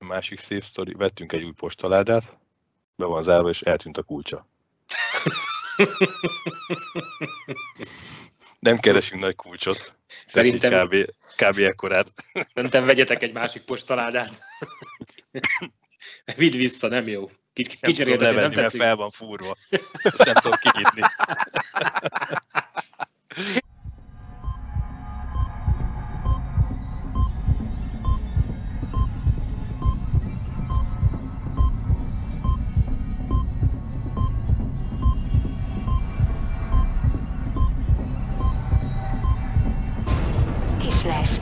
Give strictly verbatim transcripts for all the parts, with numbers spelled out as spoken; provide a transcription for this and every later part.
A másik szép sztori, vettünk egy új postaládát, be van zárva, és eltűnt a kulcsa. Nem keresünk nagy kulcsot. Szerintem kb. kb. Ekkorát. Szerintem vegyetek egy másik postaládát. Vidd vissza, nem jó. Kicseréltek, nem tetszik? Mert fel van fúrva. Ezt nem tudom kinyitni. Kislás.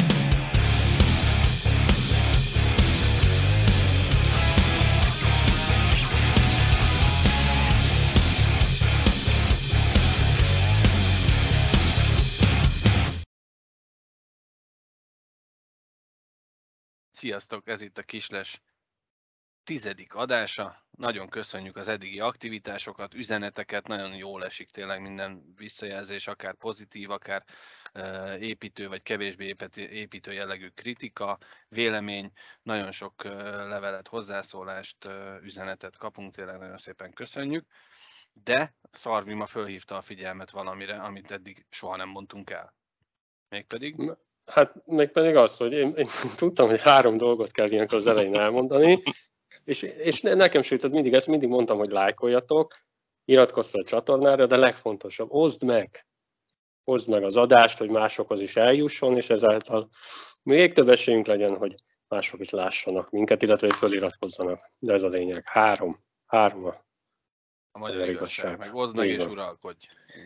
Sziasztok, ez itt a Kislás tizedik adása. Nagyon köszönjük az eddigi aktivitásokat, üzeneteket, nagyon jól esik tényleg minden visszajelzés, akár pozitív, akár építő vagy kevésbé építő jellegű kritika, vélemény, nagyon sok levelet, hozzászólást, üzenetet kapunk, tényleg nagyon szépen köszönjük. De Szarvi ma fölhívta a figyelmet valamire, amit eddig soha nem mondtunk el. Mégpedig? Hát mégpedig az, hogy én, én tudtam, hogy három dolgot kell ilyenkor az elején elmondani, és, és nekem sőt, mindig ezt mindig mondtam, hogy lájkoljatok, iratkozz fel a csatornára, de legfontosabb, oszd meg! Oszd meg az adást, hogy másokhoz is eljusson, és ezáltal még több esélyünk legyen, hogy mások is lássanak minket, illetve hogy föliratkozzanak. De ez a lényeg. Három. Három a, a magyar igazság. Meg oszd meg és uralkodj.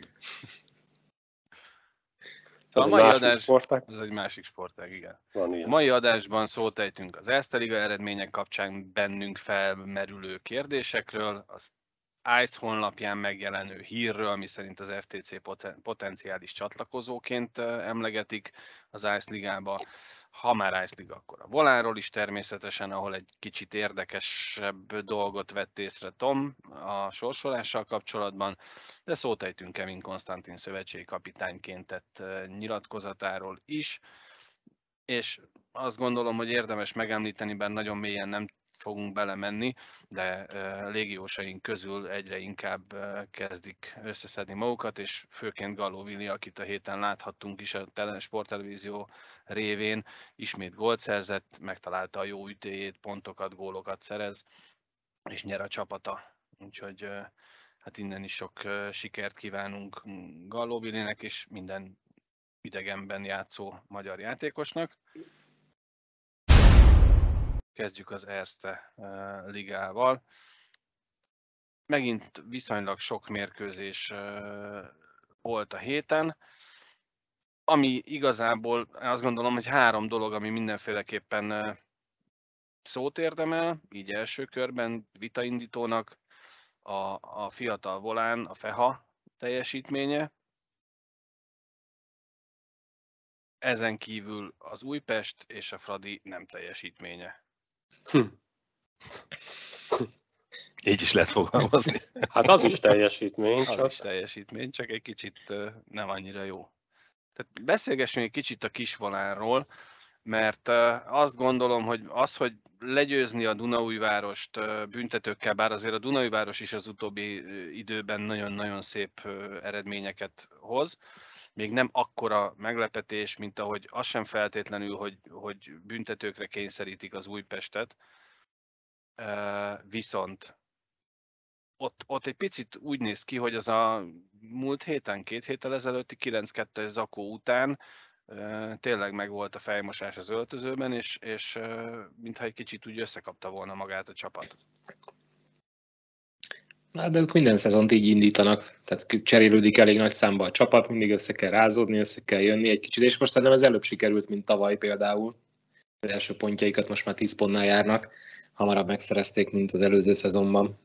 Ez, a mai adás, ez egy másik sportág, igen. A mai adásban szót ejtünk az Erste Liga eredmények kapcsán bennünk felmerülő kérdésekről, az ice honlapján megjelenő hírről, ami szerint az ef té cé potenciális csatlakozóként emlegetik az Ice Ligába. Ha már Ice Liga, akkor a volánról is természetesen, ahol egy kicsit érdekesebb dolgot vett észre Tom a sorsolással kapcsolatban, de szót ejtünk Kevin Konstantin szövetségi kapitányként tett nyilatkozatáról is, és azt gondolom, hogy érdemes megemlíteni, bár nagyon mélyen nem fogunk belemenni, de légiósaink közül egyre inkább kezdik összeszedni magukat, és főként Galló Vili, akit a héten láthattunk is a sporttelevízió révén, ismét gólt szerzett, megtalálta a jó ütéjét, pontokat, gólokat szerez, és nyer a csapata. Úgyhogy hát innen is sok sikert kívánunk Galló Vilinek és minden idegenben játszó magyar játékosnak. Kezdjük az Erste Ligával. Megint viszonylag sok mérkőzés volt a héten, ami igazából azt gondolom, hogy három dolog, ami mindenféleképpen szót érdemel, így első körben vitaindítónak, a, a fiatal volán, a Feha teljesítménye. Ezen kívül az Újpest és a Fradi nem teljesítménye. Hm. Így is lehet fogalmazni. Hát az is teljesítmény. Csak. Az is teljesítmény, csak egy kicsit nem annyira jó. Tehát beszélgessünk egy kicsit a kisvolánról, mert azt gondolom, hogy az, hogy legyőzni a Dunaújvárost büntetőkkel, bár azért a Dunaújváros is az utóbbi időben nagyon-nagyon szép eredményeket hoz, még nem akkora meglepetés, mint ahogy az sem feltétlenül, hogy, hogy büntetőkre kényszerítik az Újpestet. Viszont ott, ott egy picit úgy néz ki, hogy az a múlt héten, két héttel ezelőtti kilenc kettes zakó után tényleg megvolt a fejmosás az öltözőben, és, és mintha egy kicsit úgy összekapta volna magát a csapat. Na, de ők minden szezont így indítanak, tehát cserélődik elég nagy számba a csapat, mindig össze kell rázódni, össze kell jönni egy kicsit, és most szerintem ez előbb sikerült, mint tavaly például. Az első pontjaikat most már tíz pontnál járnak, hamarabb megszerezték, mint az előző szezonban.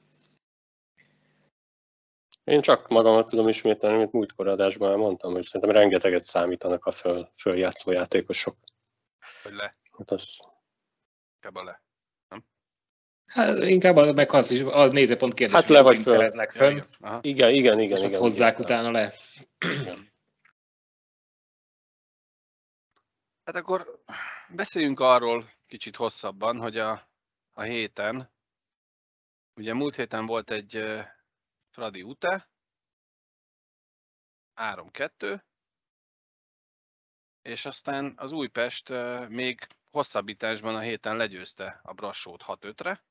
Én csak magamat tudom ismételni, amit múltkor adásban elmondtam, hogy szerintem rengeteget számítanak a föl, följátszó játékosok. Hogy le? Hát az... Inkább le. Nem? Hát inkább meg az is, a nézőpont kérdés, hát le vagy föl. Szereznek fönt. Ja, igen, igen, igen. És igen, azt hozzák igen, utána le. Igen. Hát akkor beszéljünk arról kicsit hosszabban, hogy a, a héten, ugye múlt héten volt egy uh, Fradi Ute, három kettő, és aztán az Újpest uh, még hosszabbításban a héten legyőzte a Brassót hat ötre,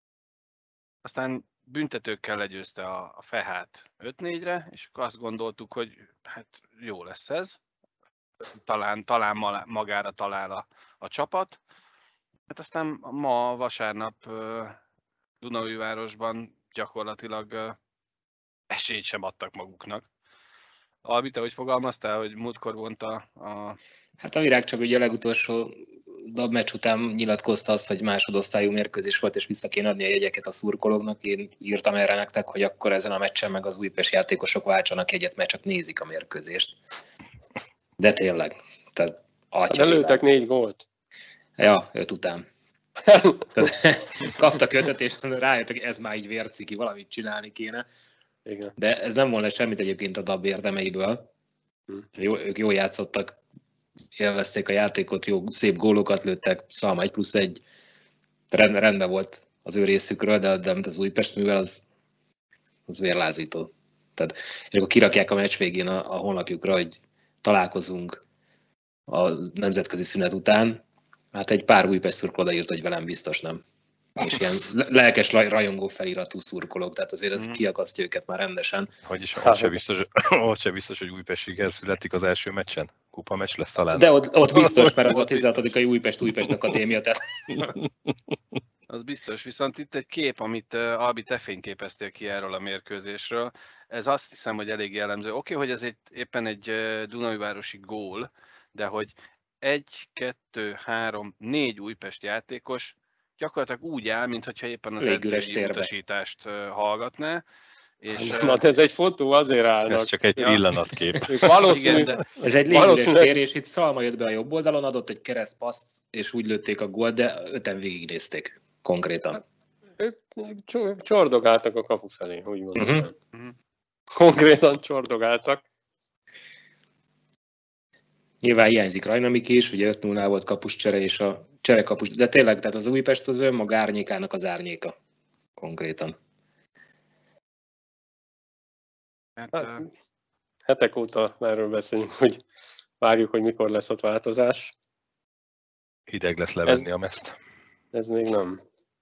aztán büntetőkkel legyőzte a, a Fehát öt négyre, és akkor azt gondoltuk, hogy hát jó lesz ez, talán, talán magára talál a, a csapat. Hát aztán ma vasárnap uh, Dunaújvárosban gyakorlatilag uh, esélyt sem adtak maguknak. Albi, te hogy fogalmaztál, hogy múltkor mondta a... Hát a Virág csak ugye a legutolsó dab meccs után nyilatkozta azt, hogy másodosztályú mérkőzés volt, és vissza kéne adni a jegyeket a szurkolóknak. Én írtam erre nektek, hogy akkor ezen a meccsen meg az Újpest játékosok váltsanak jegyet, mert csak nézik a mérkőzést. De tényleg. Tehát hát előttek négy gólt. Ja, öt után. Kaptak ötöt, és rájöttek, hogy ez már így vérciki, valamit csinálni kéne. Igen. De ez nem volna semmit egyébként a dab érdemeiből. Hm. Jó, ők jól játszottak, élvezték a játékot, jó, szép gólokat lőttek, Szalma egy plusz egy rend, rendben volt az ő részükről, de, de az Újpest művel az, az vérlázító. Tehát, és akkor kirakják a meccs végén a, a honlapjukra, hogy találkozunk a nemzetközi szünet után. Hát egy pár Újpest szurkoló írt, hogy velem biztos nem. És ilyen lelkes rajongó feliratú szurkolók, tehát azért ez mm. kiakasztja őket már rendesen. Vagyis ott se biztos, ott se biztos, hogy Újpestigen születik az első meccsen. Kupa meccs lesz talán. De ott, ott biztos, mert az a tizenhatodikai Újpest-Újpest Akadémia. Tehát... Az biztos, viszont itt egy kép, amit uh, Albi, te fényképeztél ki erről a mérkőzésről, ez azt hiszem, hogy elég jellemző. Oké, okay, hogy ez egy, éppen egy uh, Dunaújvárosi gól, de hogy egy, kettő, három, négy Újpest játékos gyakorlatilag úgy áll, mintha éppen az edzői utasítást uh, hallgatná. És, na, ez egy fotó, azért állnak. Ez csak egy ja. pillanatkép. Valószínű, de... Ez egy légüres tér, és itt Szalma jött be a jobb oldalon, adott egy keresztpaszt, és úgy lőtték a gólt, de öten végignézték konkrétan. Ők csordogáltak a kapu felé, úgy mondom. Uh-huh. Konkrétan csordogáltak. Nyilván hiányzik Rajnamiki is, ugye öt nullnál volt kapuscsere, és a cserekapus, de tényleg, tehát az Újpest az önmaga árnyékának az árnyéka. Konkrétan. Hát, hát, hetek óta erről beszélünk, hogy várjuk, hogy mikor lesz ott változás. Hideg lesz levenni ez, a mezt. Ez még nem.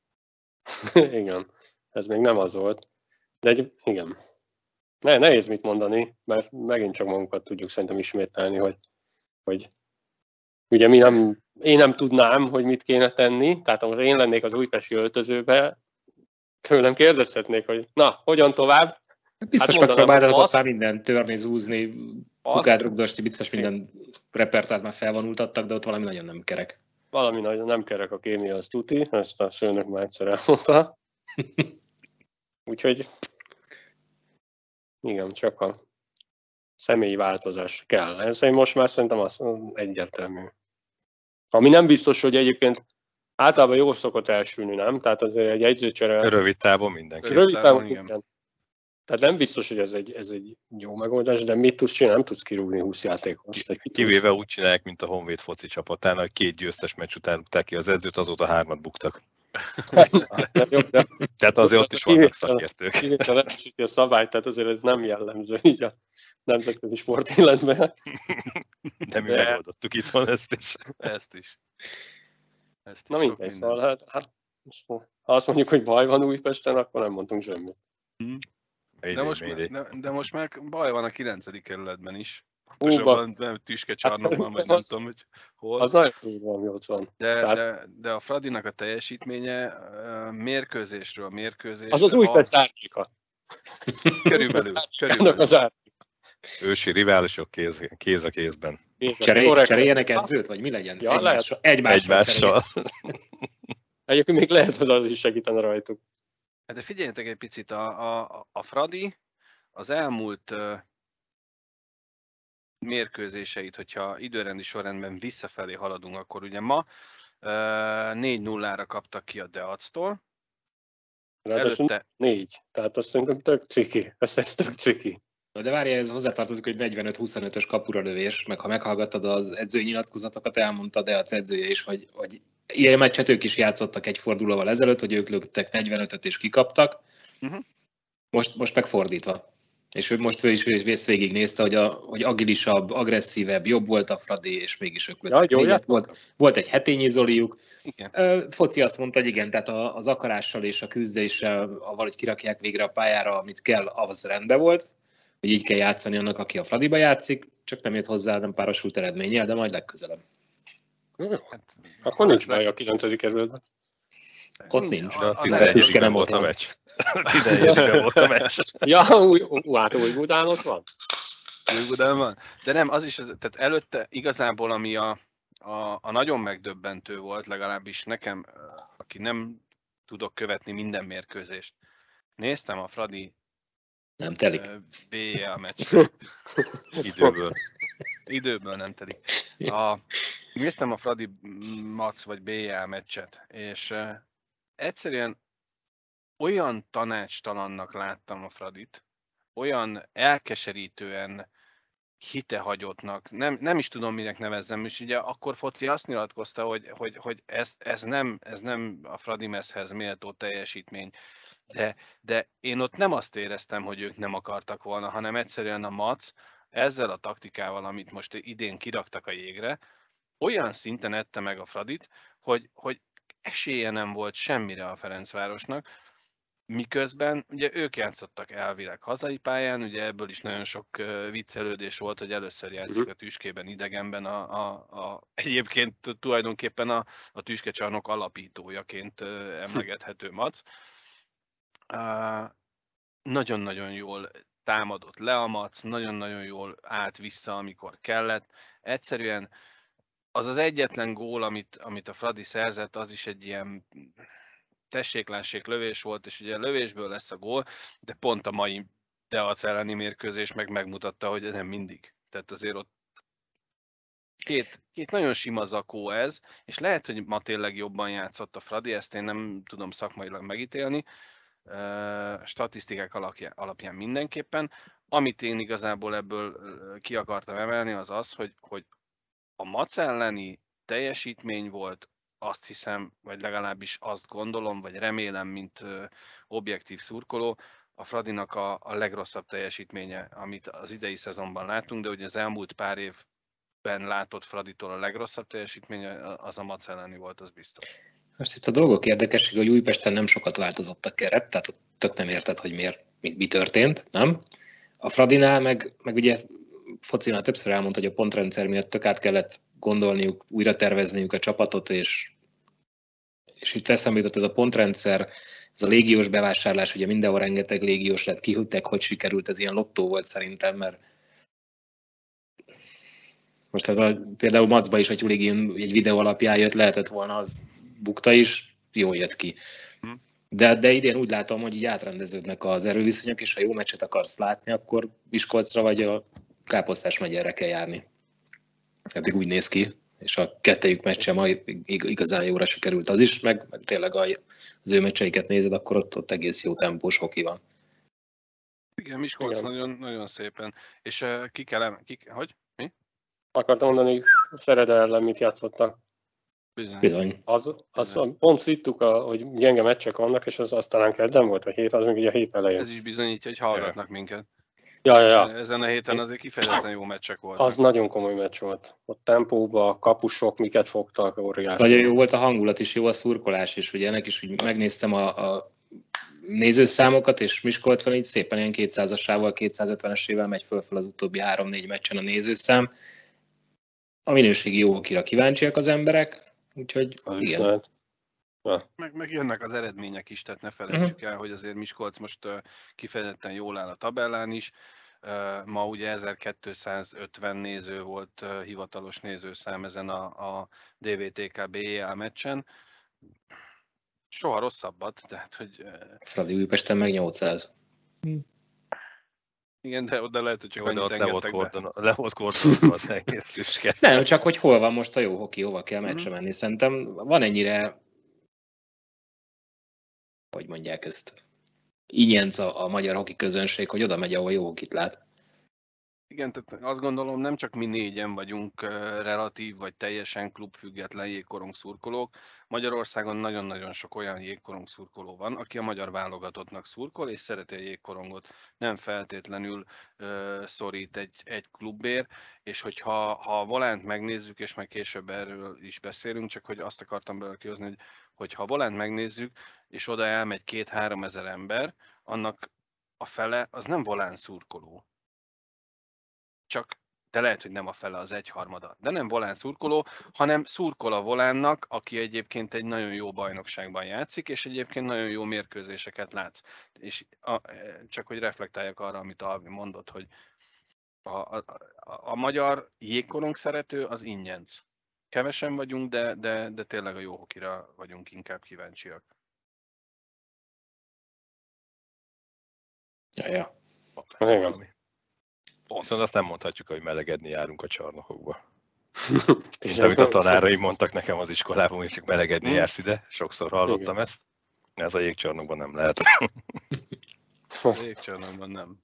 Igen, ez még nem az volt. De egy, igen. Ne, nehéz mit mondani, mert megint csak magunkat tudjuk szerintem ismételni, hogy, hogy ugye mi nem, én nem tudnám, hogy mit kéne tenni, tehát ha én lennék az újpesti öltözőbe, tőlem kérdezhetnék, hogy na, hogyan tovább? Biztos hát megpróbáltatok ott már mindent törni, zúzni, kukát rugdosni, biztos minden repertoárt már felvonultattak, de ott valami nagyon nem kerek. Valami nagyon nem kerek a kémia, az tuti, ezt a főnök már egyszer elmondta. Úgyhogy igen, csak a személyi változás kell. Ez most már szerintem az egyértelmű. Ami nem biztos, hogy egyébként általában jól szokott elsülni, nem? Tehát azért egy edzőcsere... Rövid távon mindenki. Rövid távon igen. Tehát nem biztos, hogy ez egy, ez egy jó megoldás, de mit tudsz csinálni? Nem tudsz kirúgni húsz játékost. Kivéve úgy csinálják, mint a Honvéd foci csapatán, hogy két győztes meccs után rúgták ki az edzőt, azóta hármat buktak. de jó, de tehát azért ott is vannak szakértők. Kivéve a szabály, tehát azért ez nem jellemző így a nemzetközi sportéletben. De mi de... megoldottuk itthon ezt is. Ezt is. Ezt is. Na mindegy, szóval hát, hát, ha azt mondjuk, hogy baj van Újpesten, akkor nem mondtunk semmit. Hmm. De most, de, de most már baj van a kilencedik kerületben is. Pontosabban Tüskecsarnokban, vagy nem tudom, hogy hol. Az nagyon durva, ami ott van. De, Tehát... de, de a Fradinak a teljesítménye mérkőzésről mérkőzésre... Az az Újpest árnyéka. Körülbelül. körülbelül. Az árnyéka. Ősi riválisok kéz, kéz a kézben. Cseréljenek edzőt, vagy mi legyen? Ja, egymással. Egymással. egymással. Egyébként még lehet, hogy az is segítene rajtuk. Hát de figyeljetek egy picit, a, a, a Fradi az elmúlt uh, mérkőzéseit, hogyha időrendi sorrendben visszafelé haladunk, akkor ugye ma uh, négy nullára kaptak ki a Deactól. Előtte... Négy, tehát azt szerintem tök ciki, ez, ez tök ciki. De várjál, ez hozzátartozik, hogy negyvenöt huszonötös kapura lövés, meg ha meghallgattad az edzői nyilatkozatokat, elmondta de az edzője is, hogy, hogy ilyen meccset ők is játszottak egy fordulóval ezelőtt, hogy ők lőttek negyvenötöt és kikaptak, uh-huh. most, most megfordítva. És ő most ő is vész végig nézte, hogy, a, hogy agilisabb, agresszívebb, jobb volt a Fradi, és mégis ők lőttek. Ja, volt, volt egy hetényi Zoliuk. Igen. Foci azt mondta, hogy igen, tehát az akarással és a küzdéssel, valahogy kirakják végre a pályára, amit kell, az rendben volt, hogy így kell játszani annak, aki a Fradiba játszik, csak nem jött hozzá, nem párosult eredménnyel, de majd legközelebb. Hát, akkor nincs baj a kilencedik kerületben. Ott nincs. A, a tizenegyben volt a meccs. tizenegyben volt a meccs. Ja, új, hát Újbudán ott van. Újbudán van. De nem, az is, tehát előtte igazából, ami a, a, a nagyon megdöbbentő volt, legalábbis nekem, aki nem tudok követni minden mérkőzést. Néztem a Fradi nem telik. bé é el meccs. Időből. Időből nem telik. A, néztem a Fradi Max vagy bé é el meccset, és uh, egyszerűen olyan tanácstalannak láttam a Fradit, olyan elkeserítően hitehagyottnak, nem, nem is tudom, minek nevezzem, és ugye akkor Foci azt nyilatkozta, hogy, hogy, hogy ez, ez, nem, ez nem a Fradi mezhez méltó teljesítmény. De, de én ott nem azt éreztem, hogy ők nem akartak volna, hanem egyszerűen a Mac ezzel a taktikával, amit most idén kiraktak a jégre, olyan szinten ette meg a Fradit, hogy, hogy esélye nem volt semmire a Ferencvárosnak, miközben ugye ők játszottak elvileg hazai pályán, ugye ebből is nagyon sok viccelődés volt, hogy először játszik a Tüskében idegenben, a, a, a, egyébként tulajdonképpen a, a Tüskecsarnok alapítójaként emlegethető Mac. Uh, nagyon-nagyon jól támadott le a Mac, nagyon-nagyon jól állt vissza, amikor kellett. Egyszerűen az az egyetlen gól, amit, amit a Fradi szerzett, az is egy ilyen tessék-lássék lövés volt, és ugye a lövésből lesz a gól, de pont a mai Deac elleni mérkőzés meg megmutatta, hogy nem mindig. Tehát azért ott két, két nagyon sima zakó ez, és lehet, hogy ma tényleg jobban játszott a Fradi, ezt én nem tudom szakmailag megítélni, statisztikák alapján mindenképpen. Amit én igazából ebből ki akartam emelni, az az, hogy, hogy a Mac elleni teljesítmény volt, azt hiszem, vagy legalábbis azt gondolom, vagy remélem, mint objektív szurkoló, a Fradinak a, a legrosszabb teljesítménye, amit az idei szezonban látunk, de ugye az elmúlt pár évben látott Fraditól a legrosszabb teljesítménye, az a Mac elleni volt, az biztos. Most itt a dolgok érdekesség, hogy Újpesten nem sokat változott a keret, tehát ott tök nem érted, hogy miért, mi, mi történt, nem? A Fradinál meg, meg ugye Focinál többször elmondta, hogy a pontrendszer miatt tök át kellett gondolniuk, újra tervezniük a csapatot, és, és itt eszembe jutott ez a pontrendszer, ez a légiós bevásárlás, ugye mindenhol rengeteg légiós lett, kihűltek, hogy sikerült, ez ilyen lottó volt szerintem, mert most ez a, például Macba is, hogy Légion egy videó alapján jött, lehetett volna, az bukta is, jól jött ki. De, de idén úgy látom, hogy így átrendeződnek az erőviszonyok, és ha jó meccset akarsz látni, akkor Miskolcra vagy a Káposztás megyerre kell járni. Eddig úgy néz ki, és a kettejük meccse majd igazán jóra sikerült az is, meg, meg tényleg az ő meccseiket nézed, akkor ott, ott egész jó tempós hoki van. Igen, Miskolc nagyon, nagyon szépen. És uh, ki kell, ki, hogy? Mi? Akartam mondani, Szereda ellen mit játszottak. Bizony. Bizony. Az, az Bizony. Pont szittuk, a, hogy gyenge meccsek vannak, és az, az talán kedden volt a hét, az még ugye a hét elején. Ez is bizonyítja, hogy hallgatnak minket. Ja, ja, ja. Ezen a héten azért kifejezetten jó meccsek voltak. Az nagyon komoly meccs volt. Ott tempóba, kapusok, miket fogtak, óriási. Nagyon jó volt a hangulat is, jó a szurkolás is. Ugye ennek is úgy megnéztem a, a nézőszámokat, és Miskolcon így szépen ilyen kétszázasával, kétszázötvenesével megy fölfel az utóbbi három-négy meccsen a nézőszám. A minőségi jókira kíváncsiak az emberek, úgyhogy az igen. Ja. Meg, meg jönnek az eredmények is, tehát ne felejtsük uh-huh. el, hogy azért Miskolc most uh, kifejezetten jól áll a tabellán is. Uh, ma ugye ezerkétszázötven néző volt uh, hivatalos nézőszám ezen a, a dé vé té ká bé é el meccsen. Soha rosszabbat, tehát hogy... Uh... Fradi Újpesten meg nyolcszáz. Igen, de oda lehet, hogy csak jó, annyit le volt kordon, le volt kordonozva az egész Tüske. Nem, csak hogy hol van most a jó hoki, hova kell meccsre menni. Szerintem van ennyire, hogy mondják ezt, ingyenc a, a magyar hoki közönség, hogy oda megy, ahol jó hokit lát. Igen, tehát azt gondolom, nem csak mi négyen vagyunk relatív vagy teljesen klubfüggetlen jégkorong szurkolók. Magyarországon nagyon-nagyon sok olyan jégkorong szurkoló van, aki a magyar válogatottnak szurkol, és szereti a jégkorongot. Nem feltétlenül uh, szorít egy, egy klubér, és hogyha ha a volánt megnézzük, és majd később erről is beszélünk, csak hogy azt akartam belőle kihozni, hogy, hogy ha a volánt megnézzük, és oda elmegy két-három ezer ember, annak a fele az nem volán szurkoló. Csak, de lehet, hogy nem a fele, az egyharmada. De nem volán szurkoló, hanem szurkol a volánnak, aki egyébként egy nagyon jó bajnokságban játszik, és egyébként nagyon jó mérkőzéseket látsz. És a, csak hogy reflektáljak arra, amit Alvi mondott, hogy a, a, a, a magyar jégkorong szerető az ingyenc. Kevesen vagyunk, de, de, de tényleg a jó hokira vagyunk inkább kíváncsiak. Ja, ja. Igen. Viszont azt nem mondhatjuk, hogy melegedni járunk a csarnokokba. Amit a tanáraim mondtak nekem az iskolában, hogy csak melegedni jársz ide. Sokszor hallottam igen. Ezt. Ez a jégcsarnokban nem lehet. A jégcsarnokban nem.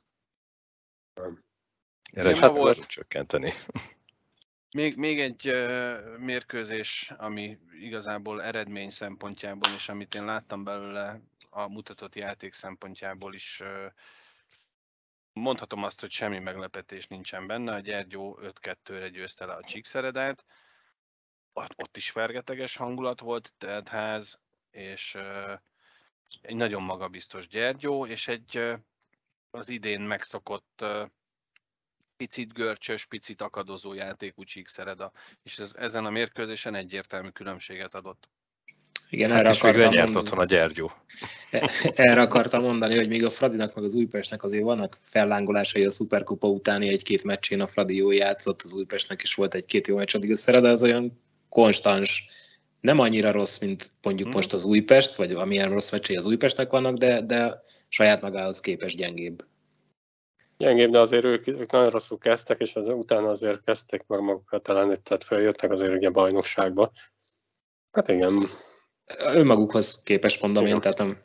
Erre hát volt csökkenteni. Még, még egy uh, mérkőzés, ami igazából eredmény szempontjából, és amit én láttam belőle a mutatott játék szempontjából is, uh, mondhatom azt, hogy semmi meglepetés nincsen benne. A Gyergyó öt kettőre győzte le a Csíkszeredát. Ott is fergeteges hangulat volt, teltház, és uh, egy nagyon magabiztos Gyergyó, és egy uh, az idén megszokott uh, picit görcsös, picit akadozó játékú Csíkszereda, és ez, ezen a mérkőzésen egyértelmű különbséget adott. Igen, hát erre és még lenyert otthon a Gyergyó. Erre akartam mondani, hogy még a Fradinak meg az Újpestnek azért vannak fellángolásai a Szuperkupa utáni egy-két meccsén. A Fradi jól játszott, az Újpestnek is volt egy-két jó meccs, addig a Szereda az olyan konstans, nem annyira rossz, mint mondjuk hmm. most az Újpest, vagy amilyen rossz meccsei az Újpestnek vannak, de, de saját magához képest gyengébb. Gyengébb, de azért ők, ők nagyon rosszul kezdtek, és az, utána azért kezdték meg magukat talán, tehát feljöttek azért ugye bajnokságba. Hát igen. Önmagukhoz képes mondom igen. Én, tehát nem...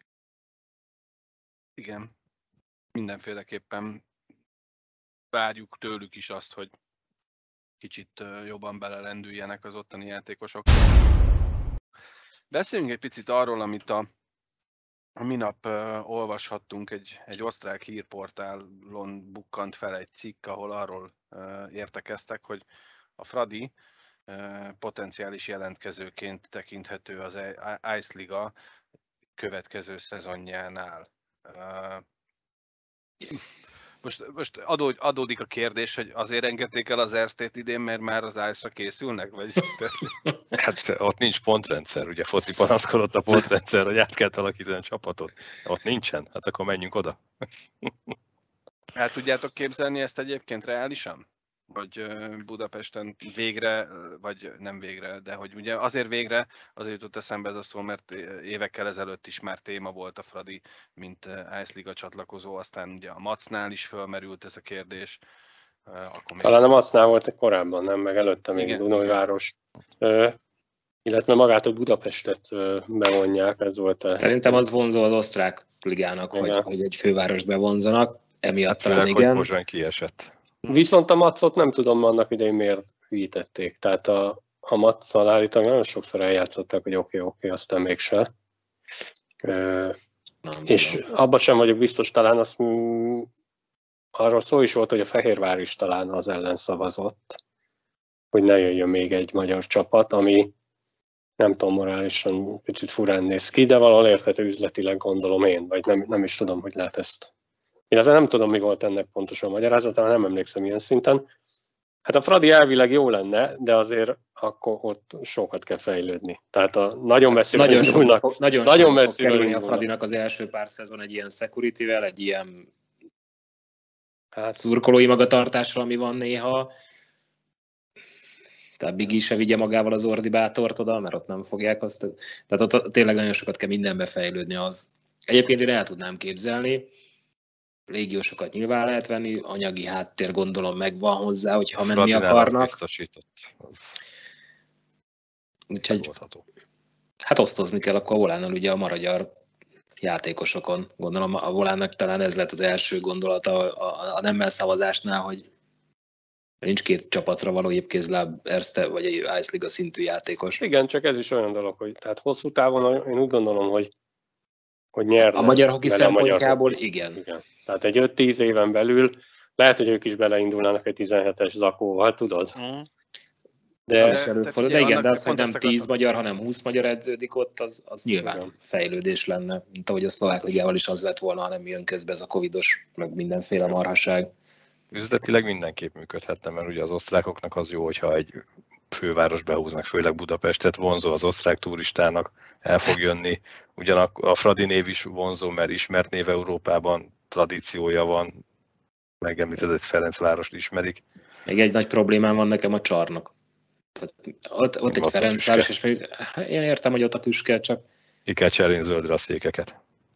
Igen. Mindenféleképpen várjuk tőlük is azt, hogy kicsit jobban belelendüljenek az ottani játékosok. Beszéljünk egy picit arról, amit a A minap uh, olvashattunk, egy, egy osztrák hírportálon bukkant fel egy cikk, ahol arról uh, értekeztek, hogy a Fradi uh, potenciális jelentkezőként tekinthető az Ice Liga következő szezonjánál. Uh, most most adó, adódik a kérdés, hogy azért engedték el az Erztét idén, mert már az Ice-ra készülnek? Vagy? Hát ott nincs pontrendszer, ugye foci panaszkodott a pontrendszer, hogy át kell alakítani a csapatot. Ott nincsen, hát akkor menjünk oda. El tudjátok képzelni ezt egyébként reálisan? Vagy Budapesten végre, vagy nem végre, de hogy ugye azért végre, azért jutott eszembe ez a szó, mert évekkel ezelőtt is már téma volt a Fradi, mint Ice Liga csatlakozó, aztán ugye a Macnál is fölmerült ez a kérdés. Akkor talán még... a Macnál volt korábban, nem? Meg előtte még Dunajváros. Illetve magát a Budapestet bevonják, ez volt a... Szerintem az vonzó az osztrák ligának, hogy, hogy egy fővárost bevonzanak, emiatt hát talán főleg, igen. hogy Pozsony kiesett. Viszont a Macot nem tudom annak idején miért hűítették. Tehát a, a Mac-szal állítólag nagyon sokszor eljátszottak, hogy oké, okay, oké, okay, aztán mégse. E, és abban sem vagyok biztos, talán azt, mm, arról szó is volt, hogy a Fehérvár is talán az ellen szavazott, hogy ne jöjjön még egy magyar csapat, ami nem tudom, morálisan picit furán néz ki, de valahol érthető üzletileg gondolom én, vagy nem, nem is tudom, hogy lehet ezt. Illetve nem tudom, mi volt ennek pontosan a magyarázata, nem emlékszem ilyen szinten. Hát a Fradi elvileg jó lenne, de azért akkor ott sokat kell fejlődni. Tehát a nagyon messzire nagyon indulnak. Sok, nagyon nagyon messzire kerülni a Fradinak az első pár szezon egy ilyen security-vel, egy ilyen hát, szurkolói magatartással, ami van néha. Tehát Bigi se vigye magával az ordibátort oda, mert ott nem fogják azt. Tehát ott tényleg nagyon sokat kell mindenbe fejlődni az. Egyébként én el tudnám képzelni, légiósokat nyilván lehet venni, anyagi háttér gondolom megvan hozzá, hogyha menni akarnak. Biztosított. Az úgyhogy hát osztozni kell akkor a volánnal ugye a Maragyar játékosokon. Gondolom a Volánnak talán ez lett az első gondolata a, a nemmel szavazásnál, hogy nincs két csapatra való éppkézláb Erste vagy egy Ice Liga szintű játékos. Igen, csak ez is olyan dolog, hogy tehát hosszú távon én úgy gondolom, hogy, hogy nyerne. A magyar hoki szempontjából magyar, igen. igen. Tehát egy öt-tíz éven belül lehet, hogy ők is beleindulnának egy tizenhetes zakóval, tudod? Mm. De, de, előfordul, de igen, de az, hogy nem tíz magyar, hanem húsz magyar edződik ott, az, az nyilván igen. fejlődés lenne, mint ahogy a szlovák ligával is az lett volna, ha nem jön közben ez a covidos, meg mindenféle marhaság. Üzletileg mindenképp működhetne, mert ugye az osztrákoknak az jó, hogyha egy főváros behúznak, főleg Budapestet, vonzó az osztrák turistának, el fog jönni. Ugyanakkor a Fradi név is vonzó, mert ismert név Európában, tradíciója van, megemlített, Ferencvárost ismerik. Még egy nagy problémám van nekem a Csarnok. Ott, ott egy Ferencváros, és még, én értem, hogy ott a tüske, csak... Ki kell cserélni zöldre a székeket.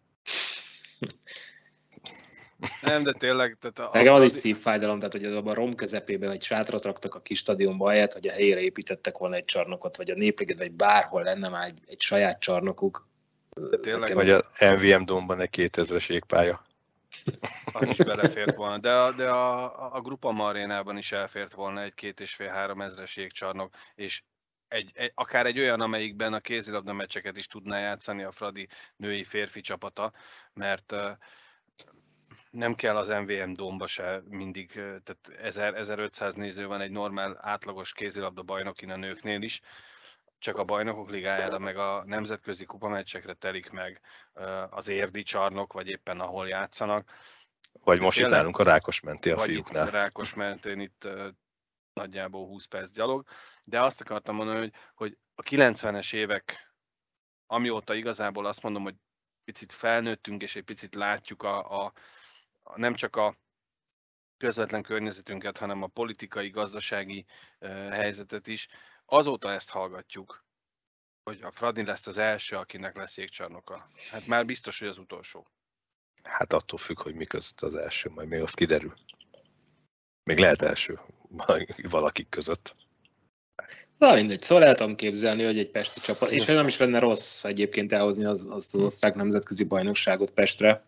Nem, de tényleg... Tehát a, Nekem az is szívfájdalom, tehát hogy abban a rom közepében egy sátrat raktak a kis stadionba helyett, hogy a helyére építettek volna egy csarnokot, vagy a Népliget, vagy bárhol lenne már egy, egy saját csarnokuk. Tényleg, vagy az em vé em Domban egy kétezres égpálya. Az is belefért volna, de a, de a, a Groupama arénában is elfért volna egy két és fél három ezres jégcsarnok, és egy, egy, akár egy olyan, amelyikben a kézilabda meccseket is tudná játszani a Fradi női férfi csapata, mert uh, nem kell az em vé em Domba se mindig, tehát ezerötszáz néző van egy normál, átlagos kézilabda bajnokin a nőknél is, csak a bajnokok ligájára, meg a nemzetközi kupamecsekre telik meg az érdi csarnok, vagy éppen ahol játszanak. Vagy most itt nálunk a Rákosmenti a fiúknál. Vagy itt a Rákosmentén itt uh, nagyjából húsz perc gyalog. De azt akartam mondani, hogy, hogy a kilencvenes évek, amióta igazából azt mondom, hogy picit felnőttünk, és egy picit látjuk a, a, a nem csak a közvetlen környezetünket, hanem a politikai, gazdasági uh, helyzetet is. Azóta ezt hallgatjuk, hogy a Fradi lesz az első, akinek lesz jégcsarnoka. Hát már biztos, hogy az utolsó. Hát attól függ, hogy mi között az első, majd még az kiderül. Még lehet első valakik között. Na mindegy, szóval el tudom képzelni, hogy egy pesti csapat, és nem is lenne rossz egyébként elhozni az, azt az osztrák nemzetközi bajnokságot Pestre.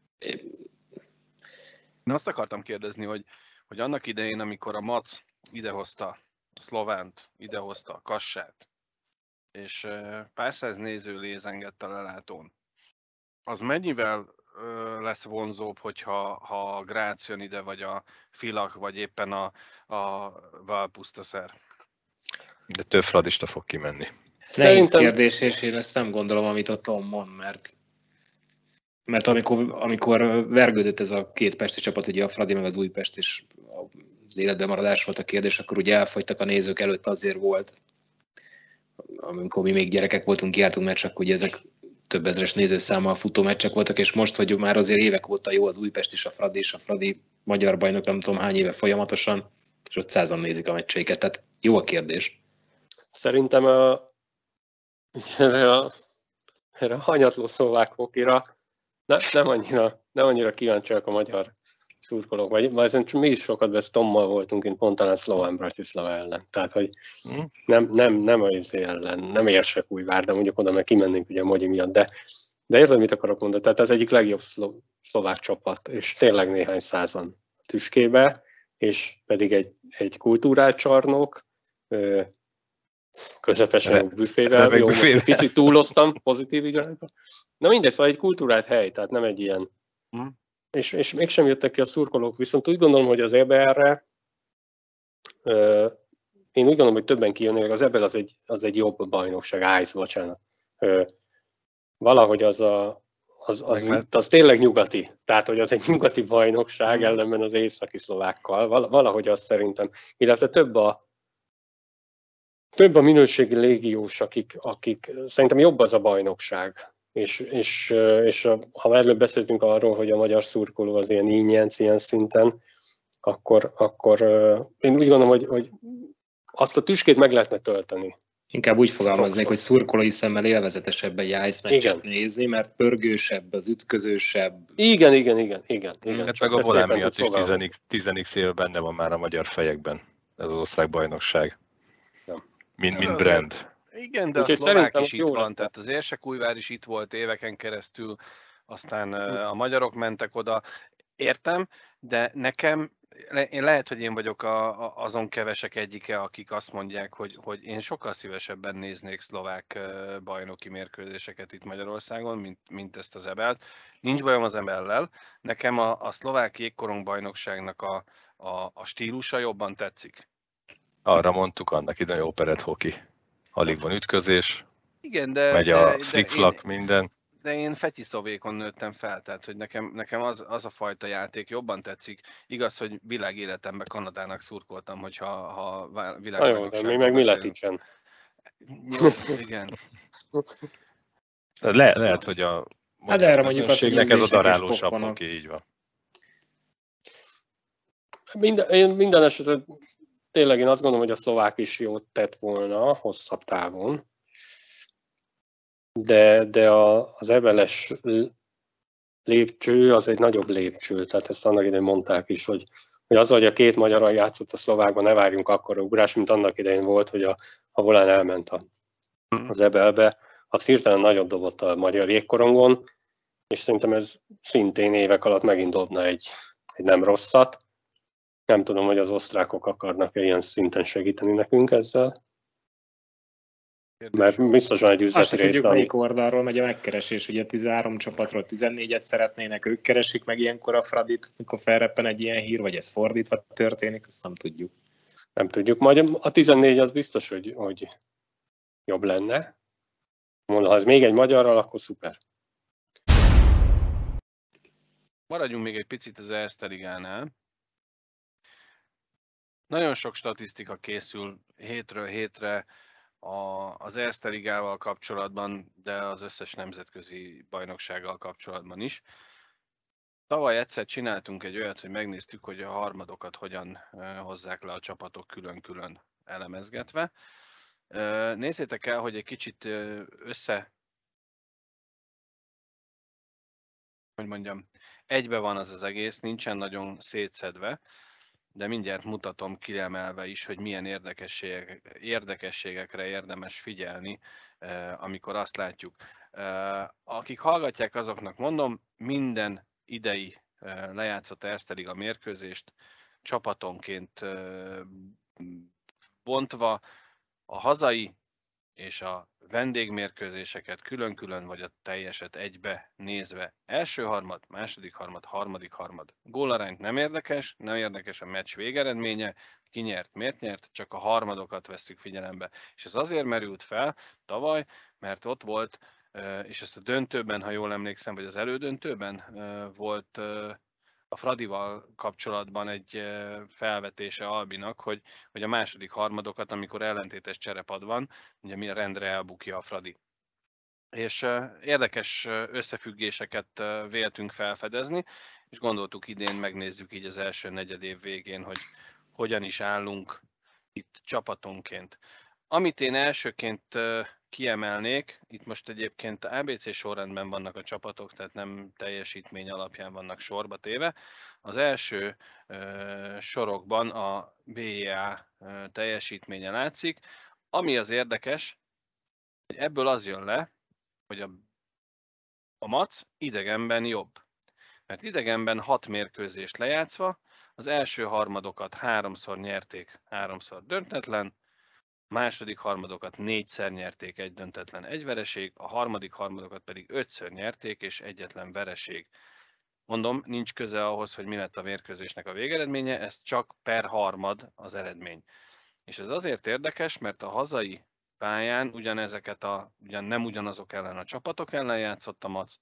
Na azt akartam kérdezni, hogy, hogy annak idején, amikor a Mac idehozta a Szlovánt, idehozta a Kassát, és pár száz néző lézengett a lelátón, az mennyivel lesz vonzóbb, hogyha ha a Grác jön ide, vagy a Filak, vagy éppen a, a Valpusztaszer? De több fradista fog kimenni. Szerintem kérdés, és én ezt nem gondolom, amit a Tom mond, mert, mert amikor, amikor vergődött ez a két pesti csapat, ugye a Fradi meg az Újpest, és az életben maradás volt a kérdés, akkor ugye elfogytak a nézők előtt, azért volt, amikor mi még gyerekek voltunk, jártunk meccsek, ugye ezek több ezres nézőszámmal futó meccsek voltak, és most, hogy már azért évek óta jó az Újpest és a Fradi, és a Fradi magyar bajnok, nem tudom hány éve folyamatosan, és ott százan nézik a meccseiket, tehát jó a kérdés. Szerintem a, erre, a, erre a hanyatló szlovák hokira ne, nem, annyira, nem annyira kíváncsiak a magyar szurkolók, vagy, vagy mi is sokat vesz Tommal voltunk, mint pont talán Szlován Bratislava ellen. Tehát, hogy nem, nem, nem az ellen, nem Érsekújvár, de mondjuk oda, mert kimennénk ugye a Mogyi miatt, de, de érted, mit akarok mondani? Tehát ez egyik legjobb szlo, szlovák csapat, és tényleg néhány százan a tüskébe, és pedig egy, egy kultúrált csarnok, közepesen büfével, jó, most egy picit túloztam, pozitív irányba. Na mindegy, szóval egy kultúrált hely, tehát nem egy ilyen. Hmm. És, és mégsem jöttek ki a szurkolók, viszont úgy gondolom, hogy az é bé er-re, euh, én úgy gondolom, hogy többen kijönnek, az é bé er az egy, az egy jobb bajnokság, Ice, bocsánat. Euh, valahogy az, a, az, az, az, az tényleg nyugati, tehát hogy az egy nyugati bajnokság ellenben az északi szlovákkal, valahogy az szerintem, illetve több a több a minőségi légiós, akik, akik szerintem jobb az a bajnokság. És, és, és ha előbb beszéltünk arról, hogy a magyar szurkoló az ilyen ínyenc ilyen szinten, akkor, akkor én úgy gondolom, hogy, hogy azt a tüskét meg lehetne tölteni. Inkább úgy fogalmaznék, hogy szurkolói szemmel élvezetesebb egy Ice meccset nézni, mert pörgősebb, az ütközősebb. Igen, igen, igen. igen, igen. Hát meg a Volán miatt is tíz éve benne van már a magyar fejekben ez az osztrák bajnokság. Ja. Mint, mint brand. Igen, de úgyhogy a szlovák is itt van, tehát az Érsekújvár is itt volt éveken keresztül, aztán a magyarok mentek oda. Értem, de nekem, én lehet, hogy én vagyok a, a, azon kevesek egyike, akik azt mondják, hogy, hogy én sokkal szívesebben néznék szlovák bajnoki mérkőzéseket itt Magyarországon, mint, mint ezt az ebelt. Nincs bajom az ebellel, nekem a, a szlovák jégkorong bajnokságnak a, a, a stílusa jobban tetszik. Arra mondtuk annak idején Operet hoki. Alig van ütközés, igen, de, megy de, a flick-flak, minden. De én fetyiszovékon nőttem fel, tehát hogy nekem, nekem az, az a fajta játék jobban tetszik. Igaz, hogy világéletemben Kanadának szurkoltam, hogyha ha világbajnokságban mi meg Mileticsen. Jó, igen. Le, lehet, hogy a hát erre mondjuk azt, hogy ez a darálósabb hoki, így van. Minden, én minden esetre tényleg én azt gondolom, hogy a szlovák is jót tett volna hosszabb távon. De, de a, az ebeles lépcső az egy nagyobb lépcső, tehát ezt annak idején mondták is, hogy, hogy az, hogy a két magyarral játszott a szlovákban, ne várjunk akkora ugrás, mint annak idején volt, hogy a, a Volán elment a, az ebelbe, az hirtelen nagyot dobott a magyar jégkorongon, és szerintem ez szintén évek alatt megint dobna egy, egy nem rosszat. Nem tudom, hogy az osztrákok akarnak-e ilyen szinten segíteni nekünk ezzel. Mert biztos van egy üzleti rész. Azt melyik oldalról megy a megkeresés, ugye tizenhárom csapatról tizennégyet szeretnének, ők keresik meg ilyenkor a Fradit, mikor felreppen egy ilyen hír, vagy ez fordítva történik, azt nem tudjuk. Nem tudjuk, majd a tizennégy az biztos, hogy, hogy jobb lenne. Mondom, ha ez még egy magyarral, akkor szuper. Maradjunk még egy picit az Erste Ligánál. Nagyon sok statisztika készül hétről hétre a, az Erste Ligával kapcsolatban, de az összes nemzetközi bajnoksággal kapcsolatban is. Tavaly egyszer csináltunk egy olyat, hogy megnéztük, hogy a harmadokat hogyan hozzák le a csapatok külön-külön elemezgetve. Nézzétek el, hogy egy kicsit össze, hogy mondjam, egybe van az az egész, nincsen nagyon szétszedve, de mindjárt mutatom kiemelve is, hogy milyen érdekességek, érdekességekre érdemes figyelni, amikor azt látjuk. Akik hallgatják, azoknak mondom, minden idei lejátszott Erste Liga mérkőzést csapatonként bontva, a hazai és a vendégmérkőzéseket külön-külön, vagy a teljeset egybe nézve. Első harmad, második harmad, harmadik harmad. Gólarányt nem érdekes, nem érdekes a meccs végeredménye, ki nyert, miért nyert, csak a harmadokat vesszük figyelembe. És ez azért merült fel tavaly, mert ott volt, és ezt a döntőben, ha jól emlékszem, vagy az elődöntőben volt a Fradival kapcsolatban egy felvetése Albinak, hogy, hogy a második harmadokat, amikor ellentétes cserepad van, ugye mi a rendre elbukja a Fradi. És érdekes összefüggéseket véltünk felfedezni, és gondoltuk idén megnézzük így az első negyed év végén, hogy hogyan is állunk itt csapatonként. Amit én elsőként kiemelnék, itt most egyébként á bé cé sorrendben vannak a csapatok, tehát nem teljesítmény alapján vannak sorba téve. Az első sorokban a bé jé á teljesítménye látszik. Ami az érdekes, hogy ebből az jön le, hogy a, a MAC idegenben jobb. Mert idegenben hat mérkőzést lejátszva, az első harmadokat háromszor nyerték, háromszor döntetlen, a második harmadokat négyszer nyerték, egy döntetlen, egy vereség, a harmadik harmadokat pedig ötször nyerték, és egyetlen vereség. Mondom, nincs köze ahhoz, hogy mi lett a mérkőzésnek a végeredménye, ez csak per harmad az eredmény. És ez azért érdekes, mert a hazai pályán ugyanezeket a, ugyan nem ugyanazok ellen a csapatok ellen játszott a MAC,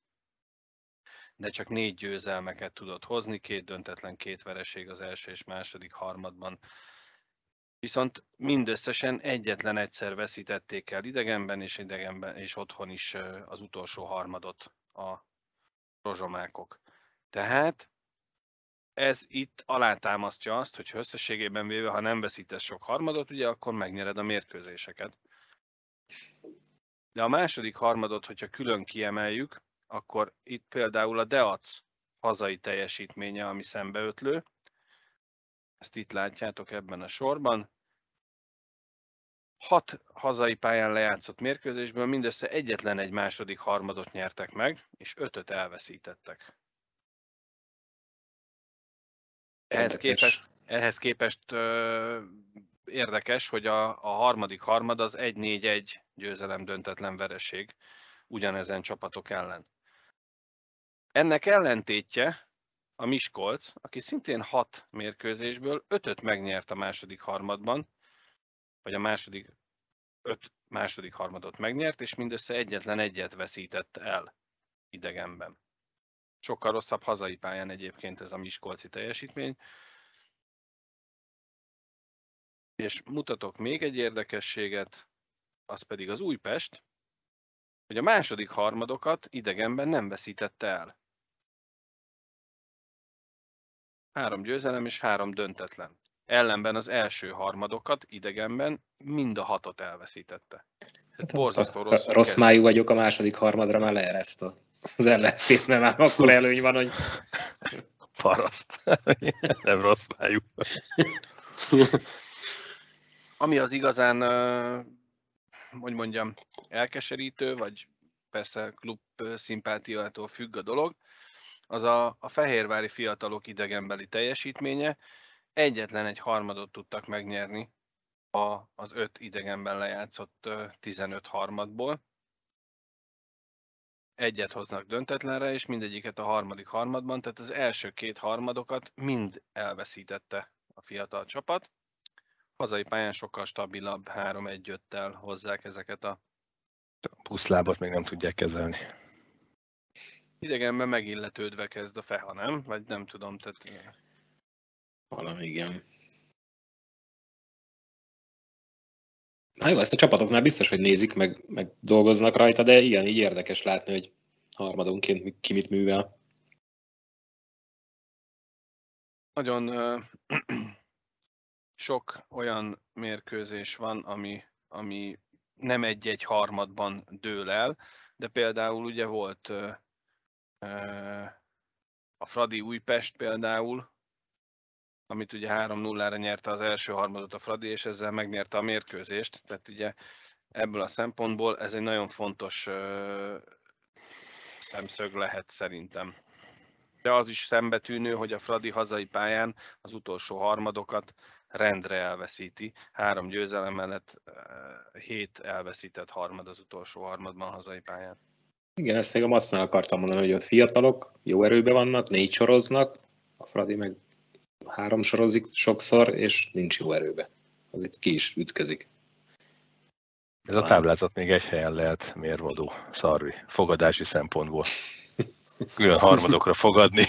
de csak négy győzelmeket tudott hozni, két döntetlen, két vereség az első és második harmadban. Viszont mindösszesen egyetlen egyszer veszítették el idegenben és idegenben és otthon is az utolsó harmadot a rozsomákok. Tehát ez itt alátámasztja azt, hogy összességében véve, ha nem veszítesz sok harmadot, ugye akkor megnyered a mérkőzéseket. De a második harmadot, hogyha külön kiemeljük, akkor itt például a Deac hazai teljesítménye, ami szembeötlő. Ezt itt látjátok ebben a sorban. Hat hazai pályán lejátszott mérkőzésből mindössze egyetlen egy második harmadot nyertek meg, és ötöt elveszítettek. Ehhez képest, ehhez képest ö, érdekes, hogy a, a harmadik harmad az egy négy egy győzelem döntetlen vereség ugyanezen csapatok ellen. Ennek ellentétje a Miskolc, aki szintén hat mérkőzésből ötöt megnyert a második harmadban, vagy a második öt második harmadot megnyert, és mindössze egyetlen egyet veszített el idegenben. Sokkal rosszabb hazai pályán egyébként ez a miskolci teljesítmény. És mutatok még egy érdekességet, az pedig az Újpest, hogy a második harmadokat idegenben nem veszítette el. Három győzelem és három döntetlen. Ellenben az első harmadokat idegenben mind a hatot elveszítette. Hát borzasztó rossz. Rossz májú vagyok, a második harmadra már leereszt az ellenfél, nem ám akkor előny van, hogy... Paraszt. Nem rossz májú. Ami az igazán, hogy mondjam, elkeserítő, vagy persze klub szimpátiától függ a dolog, az a, a fehérvári fiatalok idegenbeli teljesítménye. Egyetlen egy harmadot tudtak megnyerni a, az öt idegenben lejátszott tizenöt harmadból. Egyet hoznak döntetlenre, és mindegyiket a harmadik harmadban, tehát az első két harmadokat mind elveszítette a fiatal csapat. Hazai pályán sokkal stabilabb három egy öttel hozzák ezeket a... puszlábot még nem tudják kezelni. Idegenben megilletődve kezd a Feha, nem? Vagy nem tudom, tehát... Valami, igen. Na jó, ezt a csapatoknál biztos, hogy nézik, meg, meg dolgoznak rajta, de igen, így érdekes látni, hogy harmadonként ki mit művel. Nagyon uh, sok olyan mérkőzés van, ami, ami nem egy-egy harmadban dől el, de például ugye volt uh, uh, a Fradi Újpest például, amit ugye három nullára nyerte az első harmadot a Fradi, és ezzel megnyerte a mérkőzést. Tehát ugye ebből a szempontból ez egy nagyon fontos uh, szemszög lehet szerintem. De az is szembetűnő, hogy a Fradi hazai pályán az utolsó harmadokat rendre elveszíti. Három győzelem mellett uh, hét elveszített harmad az utolsó harmadban hazai pályán. Igen, ezt még a Macnál akartam mondani, hogy ott fiatalok, jó erőben vannak, négy soroznak, a Fradi meg három sorozik sokszor, és nincs jó erőben. Az itt ki is ütközik. Ez a táblázat még egy helyen lehet mérvadó, szarvi, fogadási szempontból. Külön harmadokra fogadni.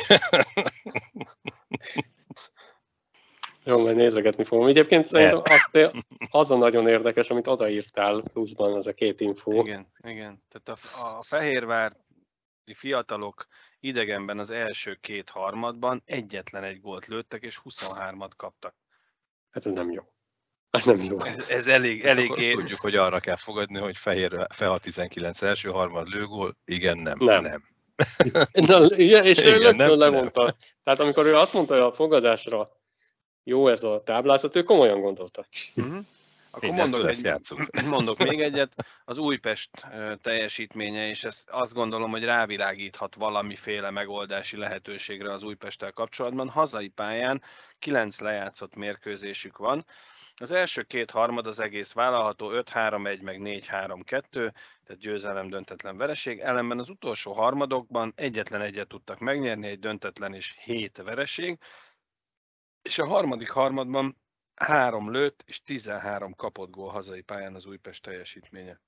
Jó, majd nézegetni fogom. Egyébként szerintem az, az a nagyon érdekes, amit odaírtál pluszban, az a két infó. Igen, igen. Tehát a, a fehérvári fiatalok idegenben az első két harmadban egyetlen egy gólt lőttek, és huszonhármat kaptak. Hát ez nem jó. Ez nem jó. Ez, ez elég, eléggé... Tudjuk, hogy arra kell fogadni, hogy Fehér Feha tizenkilenc első harmad lőgól, igen, nem. Nem. nem. Na, igen, és igen, ő rögtön lemondta. Nem. Tehát amikor ő azt mondta, hogy a fogadásra jó ez a táblázat, ő komolyan gondolta. Uh-huh. Akkor mondok, egy, mondok még egyet, az Újpest teljesítménye, és ezt azt gondolom, hogy rávilágíthat valamiféle megoldási lehetőségre az Újpesttel kapcsolatban. Hazai pályán kilenc lejátszott mérkőzésük van. Az első két harmad az egész vállalható, öt három egy meg négy három kettő, tehát győzelem döntetlen vereség. Ellenben az utolsó harmadokban egyetlen egyet tudtak megnyerni, egy döntetlen és hét vereség. És a harmadik harmadban három lőtt és tizenhárom kapott gól hazai pályán az Újpest teljesítménye.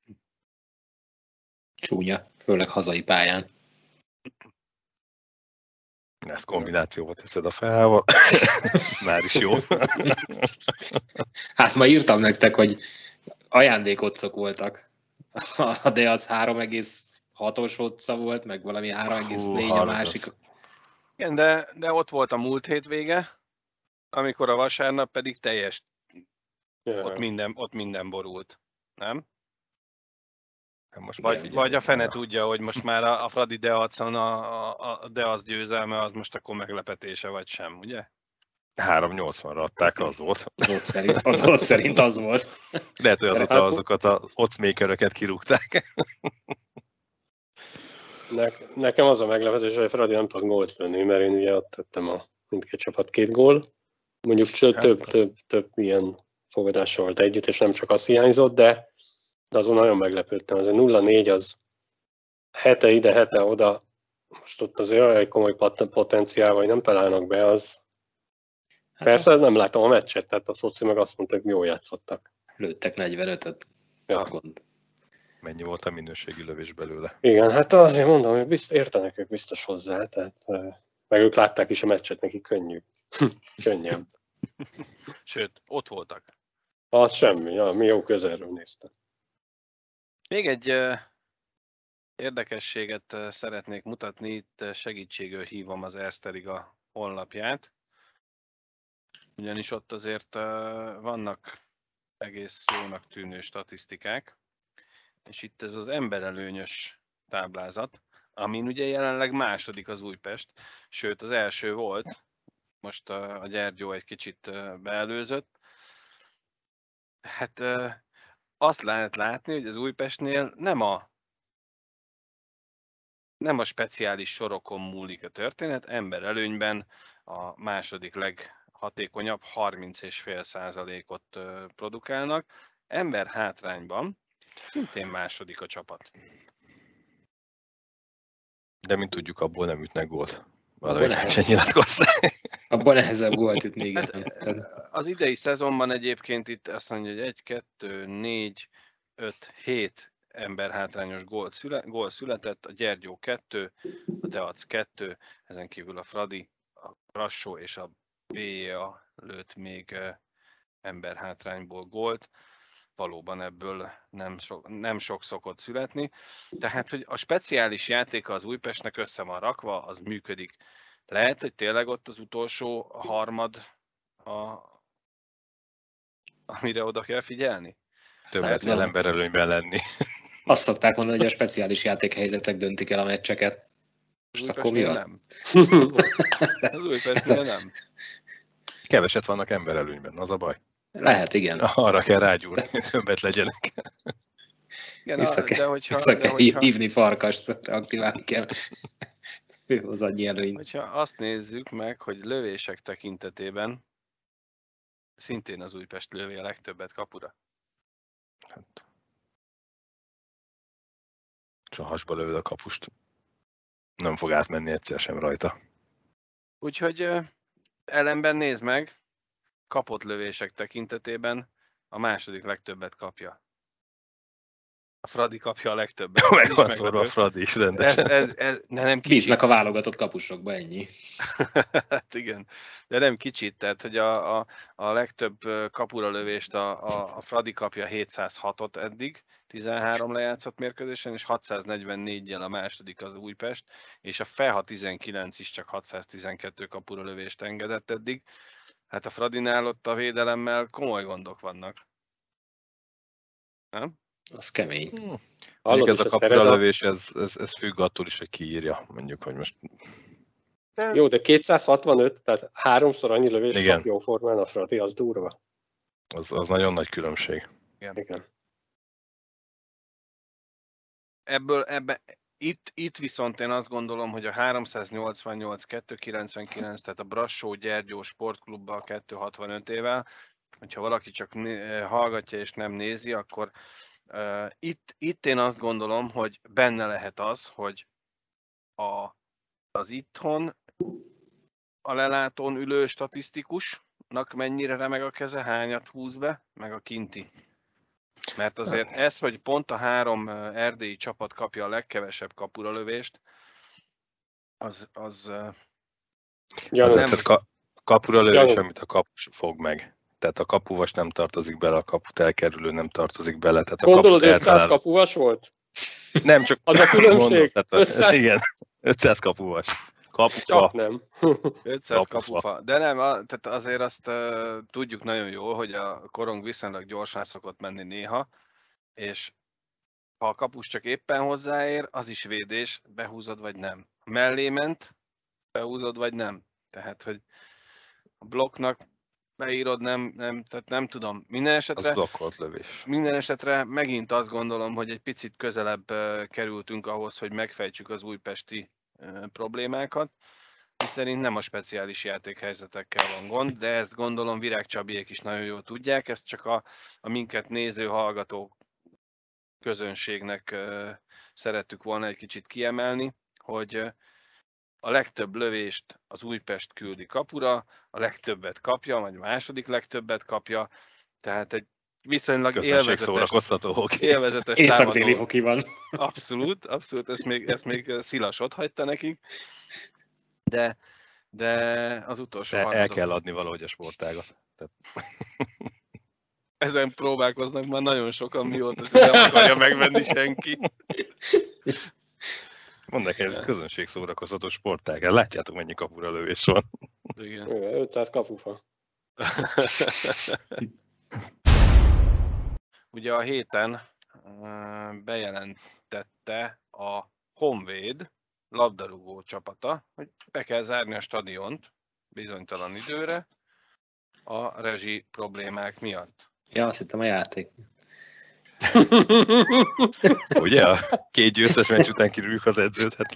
Csúnya, főleg hazai pályán. Ezt kombinációba teszed a Fehával. Már is jó. Hát ma írtam nektek, hogy ajándékotcok voltak. A Deac három egész hatos otca volt, meg valami három egész négy a másik. Igen, de, de ott volt a múlt hétvége, amikor a vasárnap pedig teljes, ott minden, ott minden borult, nem? Most vagy, figyelj, vagy a fene tudja, hogy most már a, a Fradi Deacon a, a, a Deac győzelme az most akkor meglepetése, vagy sem, ugye? három nyolcvanra adták, az volt. Az ott szerint az, ott szerint az volt. Lehet, hogy azóta azokat a oddsmakeröket kirúgták. Ne, nekem az a meglepetés, hogy Fradi nem tud gólt lőni, mert én ugye ott tettem a mindkét csapat két gól. Mondjuk több, több, több, több ilyen fogadása volt együtt, és nem csak az hiányzott, de, de azon nagyon meglepődtem. Az a nulla négy az hete ide, hete oda. Most ott azért olyan komoly potenciál, vagy nem találnak be, az... Hát persze nem látom a meccset, tehát a foci meg azt mondta, hogy jól játszottak. Lőttek negyvenötöt. Ja. Mennyi volt a minőségi lövés belőle? Igen, hát azért mondom, hogy biztos, értenek ők biztos hozzá, tehát meg ők látták is a meccset, neki könnyű. Könnyebb. Sőt, ott voltak. Az semmi, ja, mi jó közelről néztem. Még egy uh, érdekességet uh, szeretnék mutatni, itt uh, segítségül hívom az Erste Liga honlapját, ugyanis ott azért uh, vannak egész jónak tűnő statisztikák, és itt ez az emberelőnyös táblázat, amin ugye jelenleg második az Újpest, sőt az első volt, most uh, a Gyergyó egy kicsit uh, beelőzött. Hát uh, azt lehet látni, hogy az Újpestnél nem a nem a speciális sorokon múlik a történet, emberelőnyben a második leghatékonyabb harminc egész öt százalékot produkálnak, ember hátrányban szintén második a csapat. De mint tudjuk, abból nem ütnek gólt. Valahogy sem nyilatkozták. Abban nehezebb gólt itt még. Hát, az idei szezonban egyébként itt azt mondja, hogy egy, kettő, négy, öt, hét ember hátrányos gól, szület, gól született, a Gyergyó kettő, a Deac kettő, ezen kívül a Fradi, a Brassó és a bé é á lőtt még ember hátrányból gólt. Valóban ebből nem sok, nem sok szokott születni. Tehát, hogy a speciális játéka az Újpestnek össze van rakva, az működik. Lehet, hogy tényleg ott az utolsó harmad, a, amire oda kell figyelni? Többet kell emberelőnyben lenni. Azt szokták mondani, hogy a speciális játékhelyzetek döntik el a meccseket. Most akkor mi nem. Az Újpestnél nem. Keveset vannak emberelőnyben, az a baj. Lehet, igen. Arra kell rágyúrni, hogy többet legyenek. Igen, vissza de hogyha, vissza de kell hogyha, hívni farkast, aktiválni kell. Ő hoz annyi előny. Hogyha azt nézzük meg, hogy lövések tekintetében szintén az Újpest lövi a legtöbbet kapura. Hát. Csak hasba lövöd a kapust. Nem fog átmenni egyszer sem rajta. Úgyhogy ellenben nézd meg, kapott lövések tekintetében a második legtöbbet kapja. A Fradi kapja a legtöbbet. Meg van szórva a Fradi is rendesen. Ez, ez, ez, de nem kicsit. Bíznak a válogatott kapusokba, ennyi. Hát igen, de nem kicsit, tehát hogy a, a, a legtöbb kapura lövést a, a, a Fradi kapja hétszázhatot eddig, tizenhárom lejátszott mérkőzésen, és hatszáznegyvennégyel a második az Újpest, és a Feha tizenkilenc is csak hatszáztizenkettő kapura lövést engedett eddig. Hát a Fradinál ott a védelemmel komoly gondok vannak. Nem? Az kemény. Hmm. Hallod, ez a kapuralövés, ez, ez, ez függ attól is, hogy ki írja, mondjuk, hogy most... Jó, de kétszázhatvanöt, tehát háromszor annyi lövést kap jóformán a Fradi, az durva. Az, az nagyon nagy különbség. Igen. Igen. Ebből, ebbe, itt, itt viszont én azt gondolom, hogy a háromszáznyolcvannyolc kétszázkilencvenkilenc, tehát a Brassó Gyergyó Sportklubbal kétszázhatvanötével, hogyha valaki csak hallgatja és nem nézi, akkor uh, itt, itt én azt gondolom, hogy benne lehet az, hogy a, az itthon a lelátón ülő statisztikusnak mennyire remeg a keze, hányat húz be, meg a kinti. Mert azért ez, hogy pont a három erdélyi csapat kapja a legkevesebb kapuralövést, az... az ja, az nem... Tehát ka- kapuralövés, amit a kapus fog meg. Tehát a kapuvas nem tartozik bele, a kaput elkerülő nem tartozik bele. Tehát a gondolod, ötszáz eltalál... kapuvas volt? Nem, csak az a különbség. Mondom, tehát, igen, ötszáz kapuvas. Kapufa. Nem. ötszáz kapufa. De nem, tehát azért azt uh, tudjuk nagyon jól, hogy a korong viszonylag gyorsan szokott menni néha, és ha a kapus csak éppen hozzáér, az is védés, behúzod vagy nem. Mellé ment, behúzod vagy nem. Tehát, hogy a blokknak beírod, nem, nem, tehát nem tudom. Minden esetre, az blokkolt lövés. Minden esetre megint azt gondolom, hogy egy picit közelebb kerültünk ahhoz, hogy megfejtsük az újpesti problémákat, miszerint nem a speciális játékhelyzetekkel van gond, de ezt gondolom Virág Csabiék is nagyon jól tudják, ezt csak a, a minket néző, hallgató közönségnek szerettük volna egy kicsit kiemelni, hogy a legtöbb lövést az Újpest küldi kapura, a legtöbbet kapja, vagy a második legtöbbet kapja, tehát egy viszonylag élvezetes, szórakoztató hoki. élvezetes észak-déli hoki van. Abszolút, abszolút, ezt még, ezt még Szilas ott hagyta nekik, de, de az utolsó de harmadok... El kell adni valahogy a sportágat. Tehát... Ezen próbálkoznak már nagyon sokan, mióta ezt nem akarja megvenni senki. Mondnak, ez közönség szórakoztató sportág. Látjátok, mennyi kapura lövés van. Igen. ötszáz kapufa. Ugye a héten bejelentette a Honvéd labdarúgó csapata, hogy be kell zárni a stadiont bizonytalan időre a rezsi problémák miatt. Ja, azt hittem a játék. Ugye? A két győztes meccs után kirúgjuk az edzőt. Hát...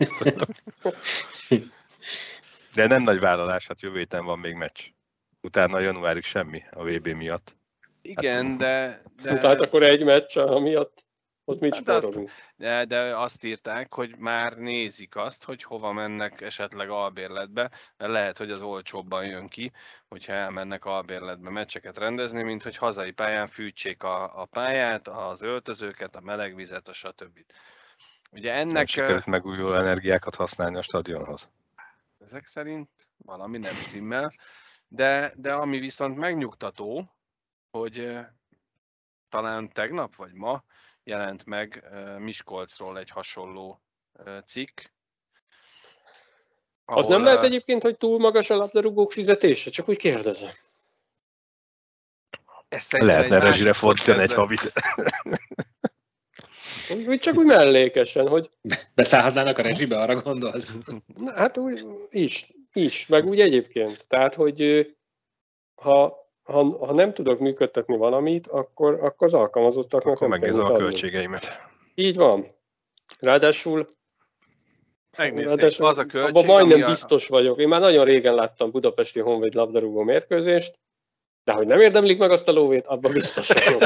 De nem nagy vállalás, hát jövő héten van még meccs. Utána januárig semmi a vé bé miatt. Igen, hát, de, de... Tehát akkor egy meccs, amiatt ott mit hát azt, de, de azt írták, hogy már nézik azt, hogy hova mennek esetleg albérletbe, mert lehet, hogy az olcsóbban jön ki, hogyha elmennek albérletbe meccseket rendezni, mint hogy hazai pályán fűtsék a, a pályát, az öltözőket, a melegvizet, a stb. Ugye ennek... Nem sikerült megújuló energiákat használni a stadionhoz. Ezek szerint valami nem stimmel, de, de ami viszont megnyugtató, hogy talán tegnap vagy ma jelent meg Miskolcról egy hasonló cikk. Ahol... Az nem lehet egyébként, hogy túl magas a labdarúgók fizetése? Csak úgy kérdezem. Lehetne rezsire fordítani egy havit. Úgy csak úgy mellékesen, hogy... Beszállhatnának a rezsibe, arra gondolsz? Na, hát úgy is, is, meg úgy egyébként. Tehát, hogy ha... Ha, ha nem tudok működtetni valamit, akkor, akkor az alkalmazottaknak akkor nem megnézem a költségeimet. Így van. Ráadásul, ráadásul az a költség, abban majdnem a... biztos vagyok. Én már nagyon régen láttam budapesti Honvéd labdarúgó mérkőzést, de hogy nem érdemlik meg azt a lóvét, abban biztos vagyok.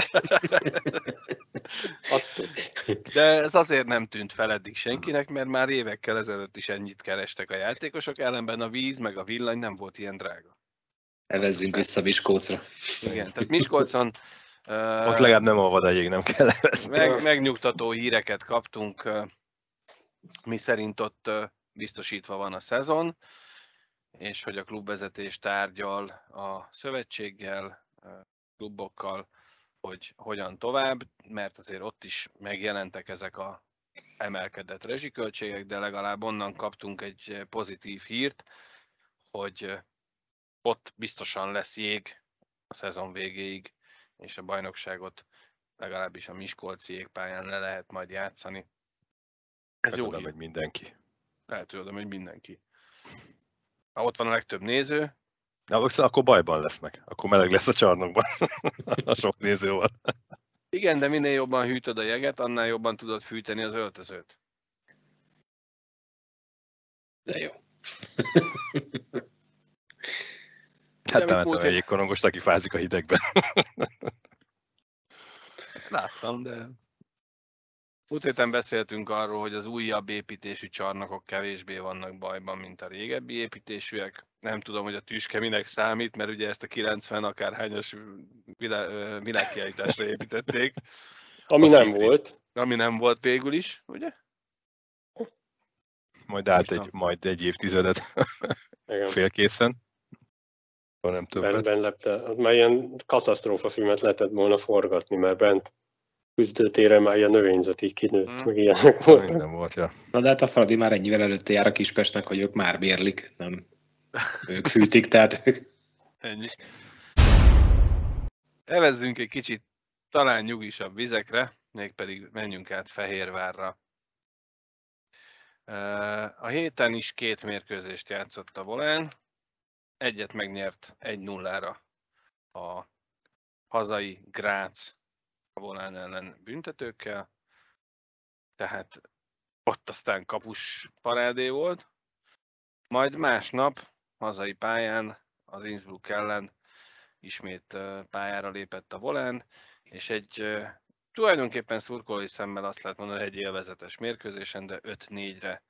Azt... De ez azért nem tűnt fel eddig senkinek, mert már évekkel ezelőtt is ennyit kerestek a játékosok, ellenben a víz meg a villany nem volt ilyen drága. Evezzünk vissza Miskolcra. Igen, tehát Miskolcon... Uh, Ott legalább nem olvad a jég, nem kell evezni. Meg, megnyugtató híreket kaptunk, uh, mi szerint ott uh, biztosítva van a szezon, és hogy a klubvezetés tárgyal a szövetséggel, uh, klubokkal, hogy hogyan tovább, mert azért ott is megjelentek ezek a emelkedett rezsiköltségek, de legalább onnan kaptunk egy pozitív hírt, hogy uh, ott biztosan lesz jég a szezon végéig, és a bajnokságot legalábbis a miskolci jégpályán le lehet majd játszani. Ez jó hír. Megy mindenki. Lehet, hogy oda megy mindenki. Ha ott van a legtöbb néző. Na, akkor bajban lesznek. Akkor meleg lesz a csarnokban. A sok néző van. Igen, de minél jobban hűtöd a jeget, annál jobban tudod fűteni az öltözőt. De jó. Hát nem tudom, egyik korongost, aki fázik a hidegben. Láttam, de... Múlt héten beszéltünk arról, hogy az újabb építésű csarnokok kevésbé vannak bajban, mint a régebbi építésűek. Nem tudom, hogy a tüske minek számít, mert ugye ezt a kilencven akárhányas vilá- világkiállításra építették. Ami nem szintén. volt. Ami nem volt végül is, ugye? Majd állt egy, majd egy évtizedet félkészen. Nem többet. Bent lepte. Már ilyen katasztrófa filmet lehetett volna forgatni, mert bent küzdőtére már ilyen növényzet így kinőtt, hmm. meg ilyenek voltak. Nem volt, ja. Na de hát a Fradi már ennyivel előtte jár a Kispestnek, hogy ők már bérlik, nem ők fűtik, tehát ők... Ennyi. Evezzünk egy kicsit talán nyugisabb vizekre, mégpedig menjünk át Fehérvárra. A héten is két mérkőzést játszott a Volán. egyet megnyert egy nullára a hazai Grác a Volán ellen büntetőkkel, tehát ott aztán kapus parádé volt. Majd másnap hazai pályán az Innsbruck ellen ismét pályára lépett a Volán, és egy tulajdonképpen szurkolói szemmel azt lehet mondani, egy élvezetes mérkőzésen, de öt négyre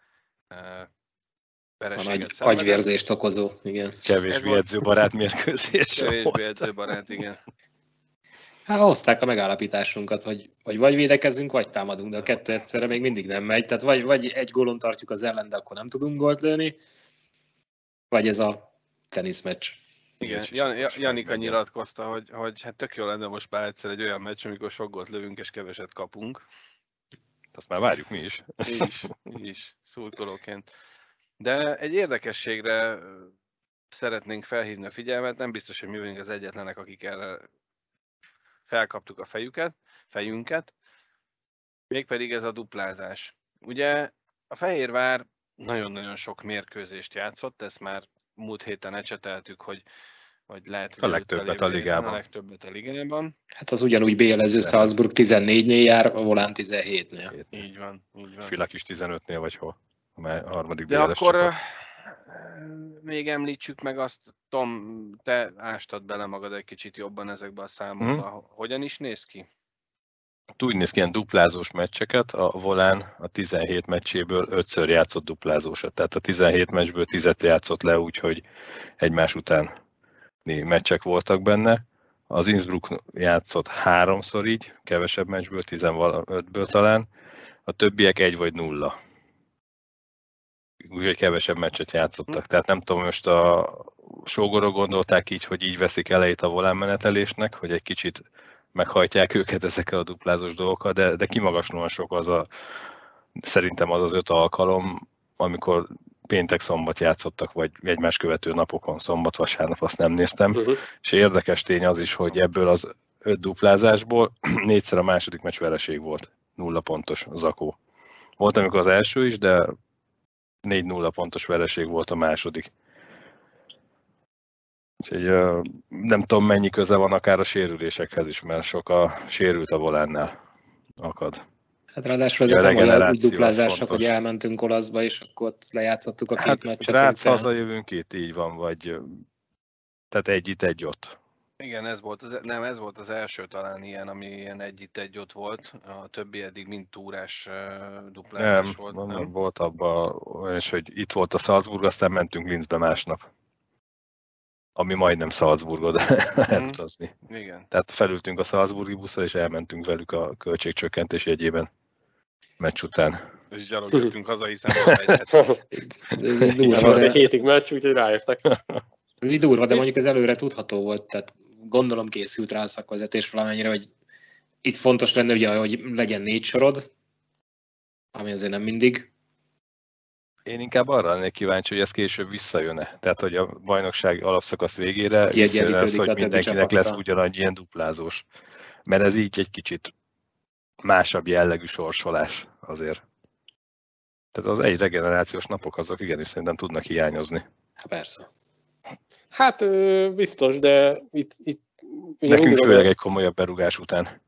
vereséget szenvedett. Agyvérzést okozó, igen. Kevésbé edzőbarát mérkőzés. Kevésbé edzőbarát, igen. Hát hozták a megállapításunkat, hogy, hogy vagy védekezünk, vagy támadunk, de a kettő egyszerre még mindig nem megy. Tehát vagy, vagy egy gólon tartjuk az ellen, de akkor nem tudunk gólt lőni, vagy ez a teniszmeccs. Igen, Jan, Janika nyilatkozta, hogy, hogy hát tök jó lenne most már egyszer egy olyan meccs, amikor sok gólt lövünk és keveset kapunk. Azt már várjuk mi is. Mi is, mi is, szurkolóként. De egy érdekességre szeretnénk felhívni a figyelmet, nem biztos, hogy mi vagyunk az egyetlenek, akik erre felkaptuk a fejüket, fejünket, mégpedig ez a duplázás. Ugye a Fehérvár nagyon-nagyon sok mérkőzést játszott, ezt már múlt héten ecseteltük, hogy, hogy lehet, hogy a legtöbbet a ligában. A legtöbbet a ligában. Hát az ugyanúgy bélező Salzburg tizennégynél jár, a Volán tizenhétnél. Így van, így van. Filak is tizenötnél vagy hol? A harmadik De béles akkor csapat. Még említsük meg azt, Tom, te ástad bele magad egy kicsit jobban ezekbe a számokba. Hmm. Hogyan is néz ki? Úgy néz ki, ilyen duplázós meccseket. A Volán a tizenhét meccséből ötször játszott duplázósat. Tehát a tizenhét meccsből tízet játszott le, úgyhogy egymás után meccsek voltak benne. Az Innsbruck játszott háromszor így, kevesebb meccsből, tizenötből talán. A többiek egy vagy nulla. Úgyhogy kevesebb meccset játszottak. Tehát nem tudom, most a sógorok gondolták így, hogy így veszik elejét a Volán menetelésnek, hogy egy kicsit meghajtják őket ezekkel a duplázós dolgokkal, de, de kimagaslóan sok az a, szerintem az az öt alkalom, amikor péntek-szombat játszottak, vagy egymás követő napokon, szombat-vasárnap, azt nem néztem. Uh-huh. És érdekes tény az is, hogy ebből az öt duplázásból négyszer a második meccs vereség volt. Nulla pontos zakó. Volt amikor az első is, de négy nulla pontos vereség volt a második. Úgyhogy nem tudom, mennyi köze van akár a sérülésekhez is, mert sok a sérült a Volánnál akad. Hát ráadásul ezek nem olyan úgy duplázások, hogy elmentünk olaszba, és akkor ott lejátszottuk a két hát, meccset. Rác hazajövünk itt, így van, vagy tehát egy itt, egy ott. Igen, ez volt az, nem, ez volt az első talán ilyen, ami ilyen egy itt, egy ott volt, a többi eddig mind túrás uh, duplázás nem, volt. Nem, nem, volt abban, és hogy itt volt a Salzburg, aztán mentünk Linzbe másnap. Ami majdnem Salzburgod elutazni. Mm, igen. Tehát felültünk a Salzburgi buszra, és elmentünk velük a költségcsökkentés jegyében meccs után. És gyalogoltunk haza, hiszen volt egy volt egy hétig meccs, úgyhogy ráértek. Ez így durva, de mondjuk ez előre tudható volt, tehát gondolom készült rá a szakvezetés valamennyire, hogy itt fontos lenne, ugye, hogy legyen négy sorod, ami azért nem mindig. Én inkább arra lennék kíváncsi, hogy ez később visszajön-e. Tehát, hogy a bajnokság alapszakasz végére visszajön az, hogy mindenkinek lesz ugyanannyi ilyen duplázós. Mert ez így egy kicsit másabb jellegű sorsolás azért. Tehát az egy regenerációs napok azok igenis szerintem tudnak hiányozni. Hát persze. Hát biztos, de itt... itt nekünk főleg egy komolyabb berugás után.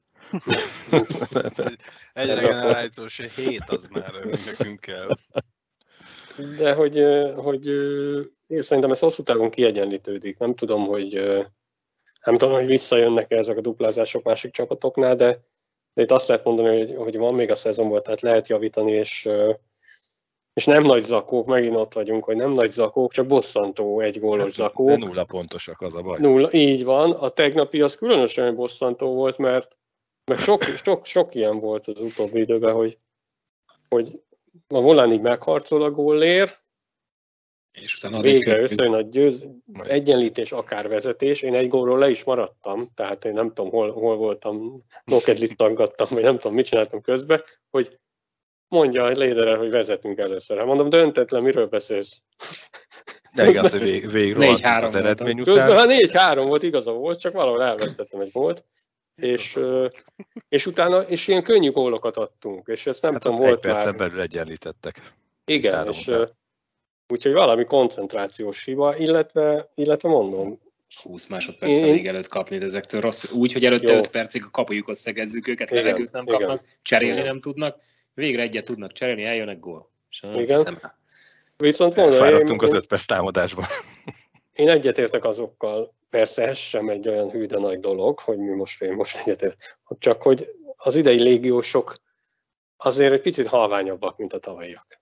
Egy regenerációs hét az már nekünk kell. De hogy, hogy én szerintem ez hosszú távon kiegyenlítődik. Nem tudom, hogy nem tudom, hogy visszajönnek-e ezek a duplázások másik csapatoknál, de, de itt azt lehet mondani, hogy, hogy van még a szezonban, tehát lehet javítani, és, és nem nagy zakók, megint ott vagyunk, hogy nem nagy zakók, csak bosszantó egy gólos zakók. De nulla pontosak, az a baj. Nulla, így van. A tegnapi az különösen bosszantó volt, mert, mert sok, sok, sok ilyen volt az utóbbi időben, hogy, hogy a Volánig megharcol a gólért, és utána végre összejön a győz, egyenlítés, akár vezetés. Én egy gólról le is maradtam, tehát én nem tudom, hol, hol voltam, nokedlit tangattam, vagy nem tudom, mit csináltam közben, hogy mondja a Léderer, hogy vezetünk először. Hát mondom, döntetlen, miről beszélsz? De igaz, hogy vég, végig az eredmény után. Közben, ha négy három volt, igaza volt, csak valahol elvesztettem egy gólt. És, és utána, és ilyen könnyű gólokat adtunk, és ezt nem hát tudom, volt volt egy percen már... belül egyenlítettek. Igen, és, Úgyhogy valami koncentrációs hiba, illetve, illetve mondom. húsz másodperc én... elég előtt kapni, de ezektől rossz. Úgy, hogy előtte öt percig a kapujukhoz szegezzük őket, igen, levegőt nem kapnak, igen, cserélni igen. nem tudnak, végre egyet tudnak cserélni, eljönnek gól. És igen. Viszont mondom, fáradtunk az öt perc támadásban. Én egyetértek azokkal, persze ez sem egy olyan hű, de nagy dolog, hogy mi most én most egyetértek. Csak hogy az idei légiósok azért egy picit halványabbak, mint a tavalyiak.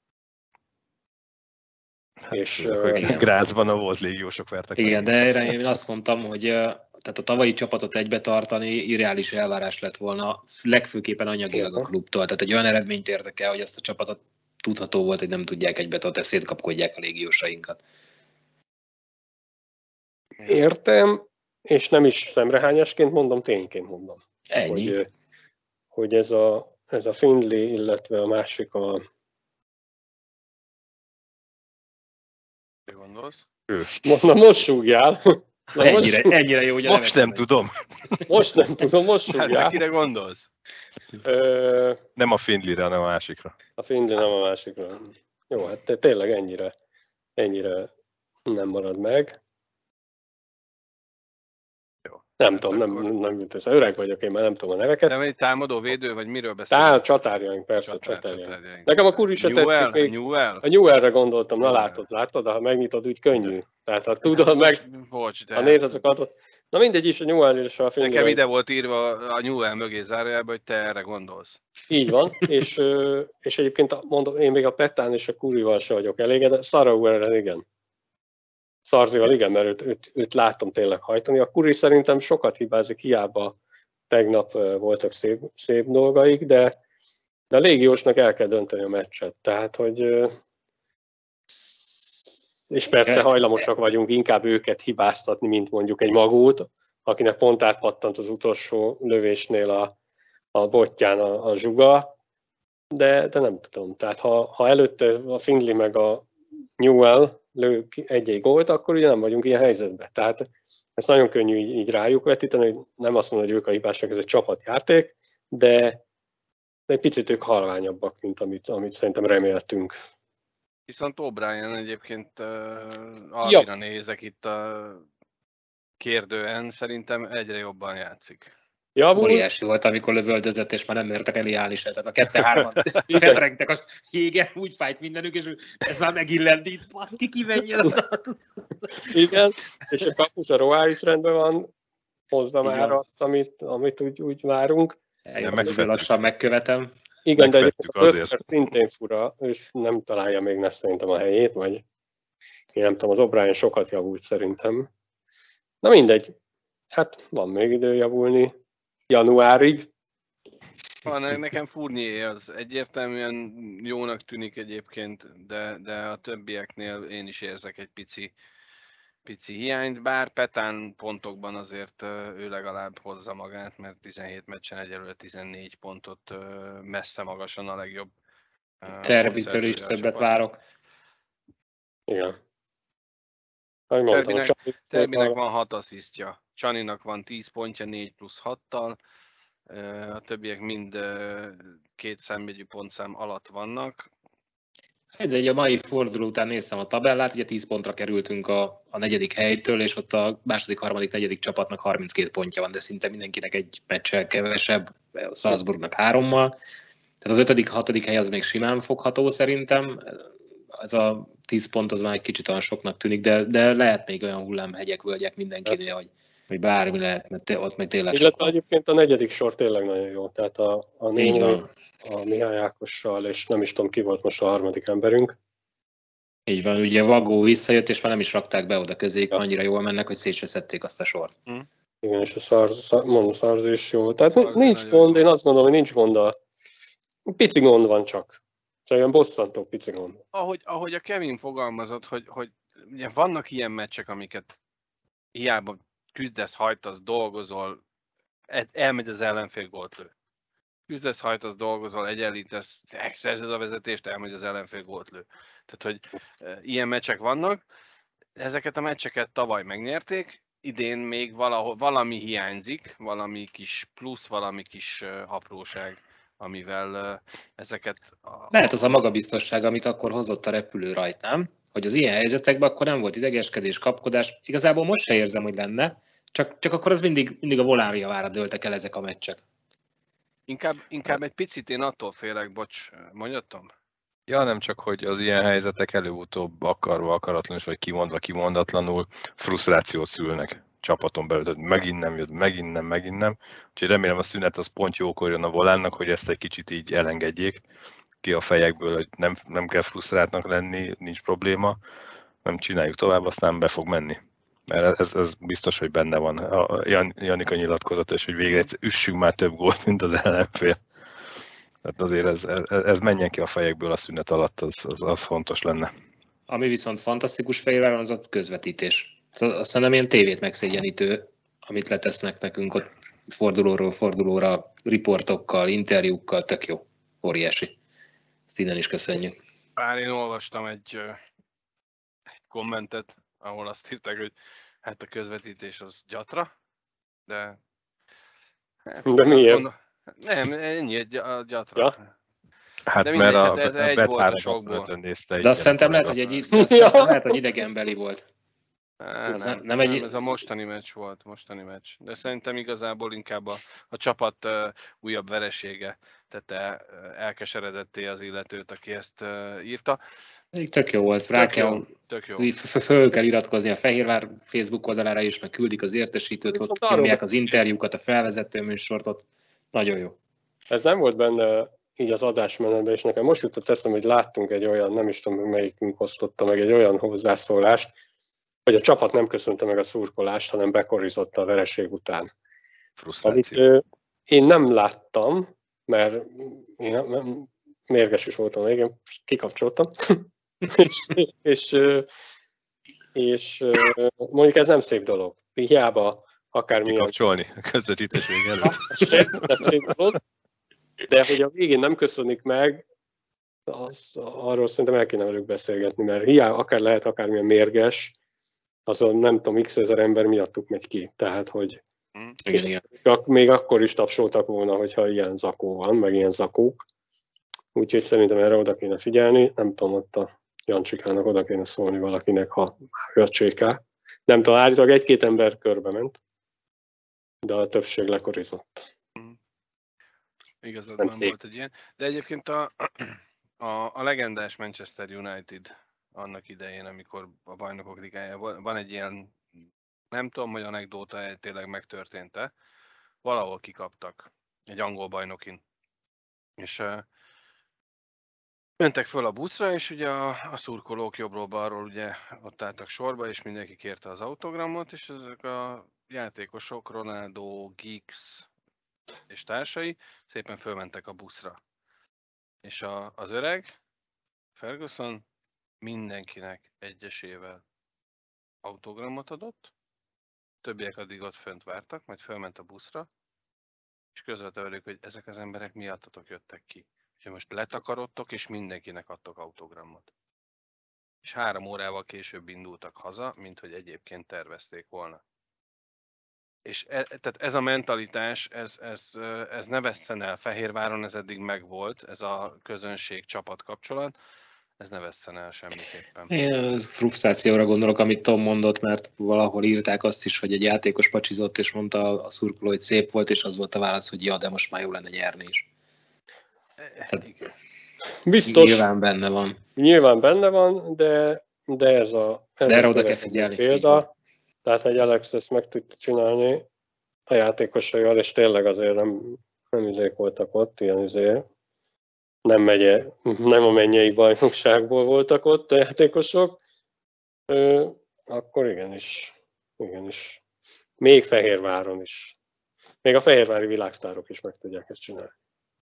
Hát, és uh, Grazban a volt légiósok vertek. Igen, de erre én azt mondtam, hogy tehát a tavalyi csapatot egybe tartani irreális elvárás lett volna, legfőképpen anyagilag a klubtól. Tehát egy olyan eredményt értek el, hogy azt a csapatot tudható volt, hogy nem tudják egybe tartani, szétkapkodják a légiósainkat. Értem, és nem is szemrehányásként mondom, tényként mondom. Ennyi. Hogy, hogy ez a, ez a Findlay, illetve a másik a... Mi gondolsz? Ő. Most, na most súgjál. Na ennyire, most, ennyire jó, hogy most nem tudom. Most nem tudom, most súgjál. Hát kire gondolsz? Ö... Nem a Findlayre, hanem a másikra. A Findlay nem a másikra. Jó, hát tényleg ennyire, ennyire nem marad meg. Nem tudom, nem, nem, nem jut ez. Öreg vagyok én, már nem tudom a neveket. Nem egy támadó, védő, vagy miről beszélünk? Tá, csatárjaink, persze, Csatár, csatárjaink. csatárjaink. Nekem a Kuri se tetszik még. Newell? A Newellre gondoltam, na látod, látod, ha megnyitod, úgy könnyű. Tehát ha tudod meg, Bocs, de... ha nézed a kadot. Na mindegy is, a Newell és a Findlay. Nekem ide volt írva a Newell mögé zárójelbe, hogy te erre gondolsz. Így van, és, és egyébként mondom, én még a Petán és a Kurival se vagyok elégedett, Sarauerrel igen. Szarzival igen, mert őt, őt, őt látom tényleg hajtani. A Kuri szerintem sokat hibázik, hiába tegnap voltak szép, szép dolgaik, de, de a légiósnak el kell dönteni a meccset. Tehát, hogy és persze hajlamosak vagyunk inkább őket hibáztatni, mint mondjuk egy Magót, akinek pont átpattant az utolsó lövésnél a, a botján a, a zsuga, de, de nem tudom. Tehát ha, ha előtte a Findlay meg a Newell lő egy-egy gólt, akkor ugye nem vagyunk ilyen helyzetben. Tehát ez nagyon könnyű így, így rájuk vetíteni, hogy nem azt mondom, hogy ők a hibásak, ez egy csapatjáték, de, de egy picit ők halványabbak, mint amit, amit szerintem reméltünk. Viszont O'Brien egyébként uh, Alvira ja. nézek itt a kérdően, szerintem egyre jobban játszik. Javul. Óriási volt, amikor lövöldözött, és már nem mertek elé se. Tehát a kette-hárman fetrengtek a jégen, úgy fájt mindenük, és ez már megillendít. Baszki, kimenjen az. Igen, és a kapus a Roá is rendben van, hozza igen. már azt, amit, amit úgy, úgy várunk. Megfelelően lassan megkövetem. Igen, de azért szintén fura, és nem találja még ne szerintem a helyét, vagy én nem tudom, az O'Brien sokat javult szerintem. Na mindegy, hát van még idő javulni. Januárig. Van, nekem Fournier az egyértelműen jónak tűnik egyébként, de, de a többieknél én is érzek egy pici, pici hiányt, bár Petán pontokban azért ő legalább hozza magát, mert tizenhét meccsen egyelőre tizennégy pontot messze magasan a legjobb. Terbitől is többet várok. Igen. Terbinek, Terbinek van hat asszisztja, Csaninak van tíz pontja, négy plusz hattal, a többiek mind két számjegyű pontszám alatt vannak. De ugye a mai forduló után néztem a tabellát, ugye tíz pontra kerültünk a, a negyedik helytől, és ott a második, harmadik, negyedik csapatnak harminckét pontja van, de szinte mindenkinek egy meccsel kevesebb, a Salzburgnak hárommal. Tehát az ötödik, hatodik hely az még simán fogható szerintem. Ez a tíz pont az már egy kicsit olyan soknak tűnik, de, de lehet még olyan hullámhegyek, völgyek mindenkinél, hogy, hogy bármi lehet, mert ott meg tényleg sok. Illetve egyébként a negyedik sor tényleg nagyon jó. Tehát a, a Néni, a Mihály Ákossal, és nem is tudom ki volt most a harmadik emberünk. Így van, ugye Vagó visszajött, és már nem is rakták be oda közéjük, ja. Annyira jól mennek, hogy szét se szedték azt a sort. Hm. Igen, és a Szarz, mondom, Szarz is jó. Tehát Szarz nincs gond, én azt gondolom, hogy nincs gond, a pici gond van csak. Csak olyan bosszantó pici gond. Ahogy, ahogy a Kevin fogalmazott, hogy, hogy ugye vannak ilyen meccsek, amiket hiába küzdesz, hajtasz, dolgozol, elmegy az ellenfél gólt lő. Küzdesz, hajtasz, dolgozol, egyenlítesz, megszerzed a vezetést, elmegy az ellenfél gólt lő. Tehát, hogy e, ilyen meccsek vannak. Ezeket a meccseket tavaly megnyerték, idén még valahol, valami hiányzik, valami kis plusz, valami kis uh, apróság, amivel uh, ezeket... A... Lehet az a magabiztosság, amit akkor hozott a repülő rajt, nem? hogy az ilyen helyzetekben akkor nem volt idegeskedés, kapkodás. Igazából most se érzem, hogy lenne, csak, csak akkor az mindig, mindig a volán javára dőltek el ezek a meccsek. Inkább, inkább egy picit én attól félek, bocs, mondjatom? Ja, nem csak, hogy az ilyen helyzetek előbb-utóbb akarva, akaratlanul, vagy kimondva, kimondatlanul frusztrációt szülnek csapaton belül. Tehát megint nem jött, megint nem, megint nem. Úgyhogy remélem a szünet az pont jókor jön a volánnak, hogy ezt egy kicsit így elengedjék ki a fejekből, hogy nem, nem kell frusztráltnak lenni, nincs probléma, nem csináljuk tovább, aztán be fog menni. Mert ez, ez biztos, hogy benne van. A Jan, Janika nyilatkozata, és hogy végre üssünk már több gólt, mint az ellenfél. Tehát azért ez, ez, ez menjen ki a fejekből a szünet alatt, az, az, az fontos lenne. Ami viszont fantasztikus Fehérváron, az a közvetítés. Azt hiszem ilyen tévét megszégyenítő, amit letesznek nekünk ott fordulóról fordulóra, riportokkal, interjúkkal, tök jó, óriási. Ezt innen is köszönjük. Bár én olvastam egy, egy kommentet, ahol azt írták, hogy hát a közvetítés az gyatra, de... Hát, de miért? Mondom, nem, ennyi a gyatra. Ja? Hát de mert a, hát ez a Bet háromszázhatvanötön nézte. De azt szerintem lehet, hogy egy, ja. lehet, hogy idegenbeli volt. Á, nem, nem, nem, egy... nem, ez a mostani meccs volt, mostani meccs. De szerintem igazából inkább a, a csapat uh, újabb veresége tette uh, elkeseredetté az illetőt, aki ezt uh, írta. Még tök jó volt, rá tök kell, jó, tök jó. Föl kell iratkozni a Fehérvár Facebook oldalára is, meg küldik az értesítőt, ott kérják az interjúkat, a felvezető műsort, ott nagyon jó. Ez nem volt benne így az adásmenetben, és nekem most jutott eszembe, hogy láttunk egy olyan, nem is tudom, melyikünk osztotta meg egy olyan hozzászólást, hogy a csapat nem köszönte meg a szurkolást, hanem bekorizotta a vereség után. Frusztráció. Amit, én nem láttam, mert én nem, mérges is voltam végén, kikapcsoltam. és, és, és mondjuk ez nem szép dolog. Hiába akármilyen... Kikapcsolni a közvetítés vége előtt. Nem szép dolog. De hogy a végén nem köszönik meg, az, arról szerintem el kéne velük beszélgetni, mert hiába akár lehet akármilyen mérges, azon nem tudom, x ezer ember miattuk megy ki. Tehát, hogy mm, igen, igen. még akkor is tapsoltak volna, hogyha ilyen zakó van, meg ilyen zakók. Úgyhogy szerintem erre oda kéne figyelni. Nem tudom, ott a Jancsikának oda kéne szólni valakinek, ha hörcséká. Nem tudom, állítólag egy-két ember körbe ment, de a többség lekorizott. Mm. Igazad nem, nem volt egy ilyen. De egyébként a, a, a legendás Manchester United annak idején, amikor a Bajnokok Ligájában van egy ilyen, nem tudom, hogy anekdóta tényleg megtörtént-e, valahol kikaptak egy angol bajnokin. És uh, mentek föl a buszra, és ugye a, a szurkolók jobbról-balról ugye ott álltak sorba, és mindenki kérte az autogramot, és ezek a játékosok, Ronaldo, Giggs és társai szépen fölmentek a buszra. És a, az öreg, Ferguson, mindenkinek egyesével autogramot adott, többiek addig ott fönt vártak, majd fölment a buszra, és közölte velük, hogy ezek az emberek miattatok jöttek ki. Úgyhogy most letakarodtok, és mindenkinek adtok autogramot. És három órával később indultak haza, mint hogy egyébként tervezték volna. És e, tehát ez a mentalitás, ez, ez, ez ne vesszen el Fehérváron, ez eddig megvolt, ez a közönség-csapat kapcsolat, ez ne vesszen el semmiképpen. Én frusztrációra gondolok, amit Tom mondott, mert valahol írták azt is, hogy egy játékos pacsizott, és mondta a szurkoló, hogy szép volt, és az volt a válasz, hogy ja, de most már jó lenne nyerni is. Tehát biztos. Nyilván benne van. Nyilván benne van, de, de ez a... Ez de erre oda kell figyelni. Példa. Tehát egy Alex ezt meg tudta csinálni a játékosaival, és tényleg azért nem, nem izék voltak ott, ilyen izé. Nem, megye, nem a mennyei bajnokságból voltak ott a játékosok. Ö, akkor igenis, igenis. Még Fehérváron is. Még a fehérvári világsztárok is meg tudják ezt csinálni.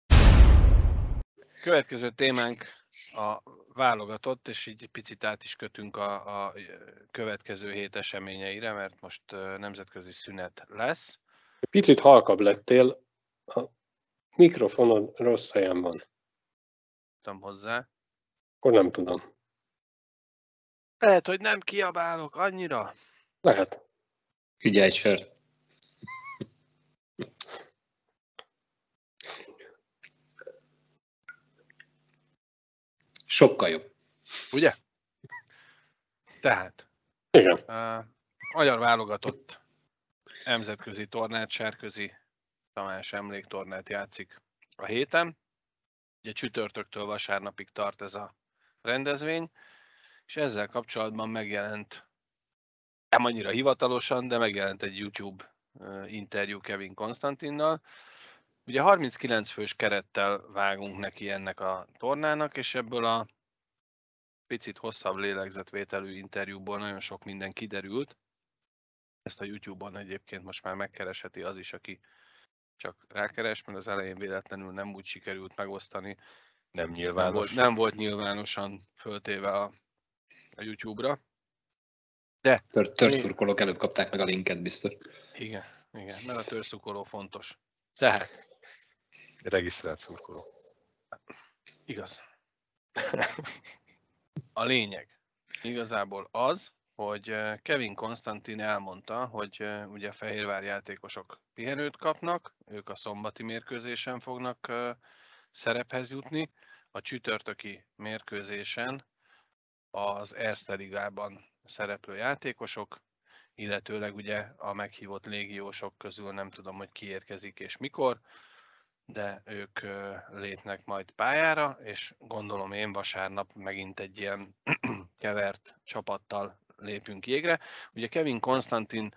Következő témánk a válogatott, és így egy picit át is kötünk a, a következő hét eseményeire, mert most nemzetközi szünet lesz. Picit halkabb lettél, a mikrofonod rossz helyen van. Tudom hozzá. Akkor nem tudom. Lehet, hogy nem kiabálok annyira. Lehet. Figyelj egy sört. Sokkal jobb. Ugye? Tehát, igen. A magyar válogatott nemzetközi tornát, Sárközi Tamás emléktornát játszik a héten. Ugye csütörtöktől vasárnapig tart ez a rendezvény, és ezzel kapcsolatban megjelent, nem annyira hivatalosan, de megjelent egy YouTube interjú Kevin Konstantinnal. Ugye harminckilenc fős kerettel vágunk neki ennek a tornának, és ebből a picit hosszabb lélegzetvételű interjúból nagyon sok minden kiderült. Ezt a YouTube-on egyébként most már megkeresheti az is, aki csak rákeres, mert az elején véletlenül nem úgy sikerült megosztani. Nem nyilvános. Nem volt, nem volt nyilvánosan föltéve a, a YouTube-ra. De Tör, törszurkolók előbb kapták meg a linket biztos. Igen, igen, mert a törszurkoló fontos. Tehát. Regisztrált szurkoló. Igaz. A lényeg igazából az, hogy Kevin Konstantin elmondta, hogy ugye a Fehérvár játékosok pihenőt kapnak, ők a szombati mérkőzésen fognak szerephez jutni, a csütörtöki mérkőzésen az Erste Ligában szereplő játékosok, illetőleg ugye a meghívott légiósok közül nem tudom, hogy ki érkezik és mikor, de ők lépnek majd pályára, és gondolom én vasárnap megint egy ilyen kevert csapattal lépünk jégre. Ugye Kevin Konstantin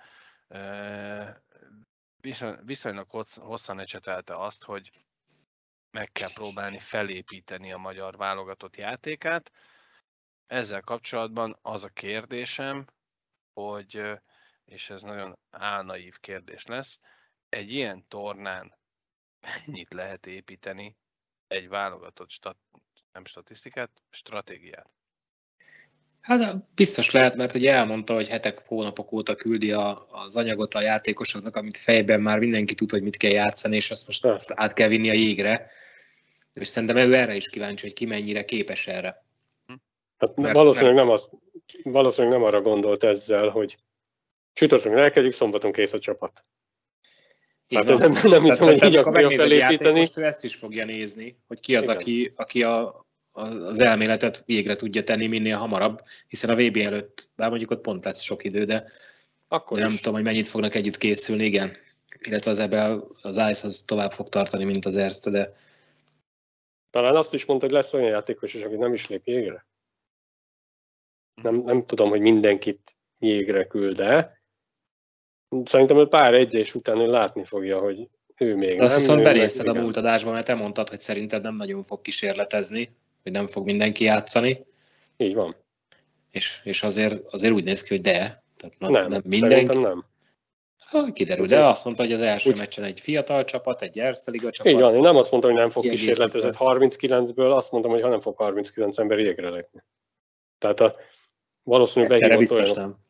viszonylag hosszan ecsetelte azt, hogy meg kell próbálni felépíteni a magyar válogatott játékát. Ezzel kapcsolatban az a kérdésem, hogy, és ez nagyon álnaív kérdés lesz, egy ilyen tornán mennyit lehet építeni egy válogatott, stat, nem statisztikát, stratégiát? Hát biztos lehet, mert ugye elmondta, hogy hetek, hónapok óta küldi a, az anyagot a játékosoknak, amit fejben már mindenki tud, hogy mit kell játszani, és azt most át kell vinni a jégre. És szerintem ő erre is kíváncsi, hogy ki mennyire képes erre. Hát mert valószínűleg nem, az, valószínűleg nem arra gondolt ezzel, hogy csütörtökön elkezdik, szombaton kész a csapat. Tehát nem, nem hiszem, hogy így akarja felépíteni. Most ő ezt is fogja nézni, hogy ki az, aki, aki a, a, az elméletet végre tudja tenni minél hamarabb, hiszen a vé bé előtt, bár mondjuk ott pont lesz sok idő, de Akkor nem is. tudom, hogy mennyit fognak együtt készülni, igen. Illetve az ebben az Ice az tovább fog tartani, mint az Erste, de... Talán azt is mondta, hogy lesz olyan játékos is, aki nem is lép jégre. Nem, nem tudom, hogy mindenkit jégre küld-e. Szerintem hogy pár edzés után ő látni fogja, hogy ő még de azt viszont berészed a múlt adásban, mert te mondtad, hogy szerinted nem nagyon fog kísérletezni, hogy nem fog mindenki játszani. Így van. És, és azért, azért úgy néz ki, hogy de. Tehát nem, nem, nem mindenki. nem. Ha, kiderül, de azt mondta, hogy az első úgy... meccsen egy fiatal csapat, egy Erste Liga csapat. Így van, én nem azt mondtam, hogy nem fog kísérletezett harminckilencből, azt mondtam, hogy ha nem fog harminckilenc ember jégre lépni. Tehát a valószínűleg behívott biztos olyan... nem.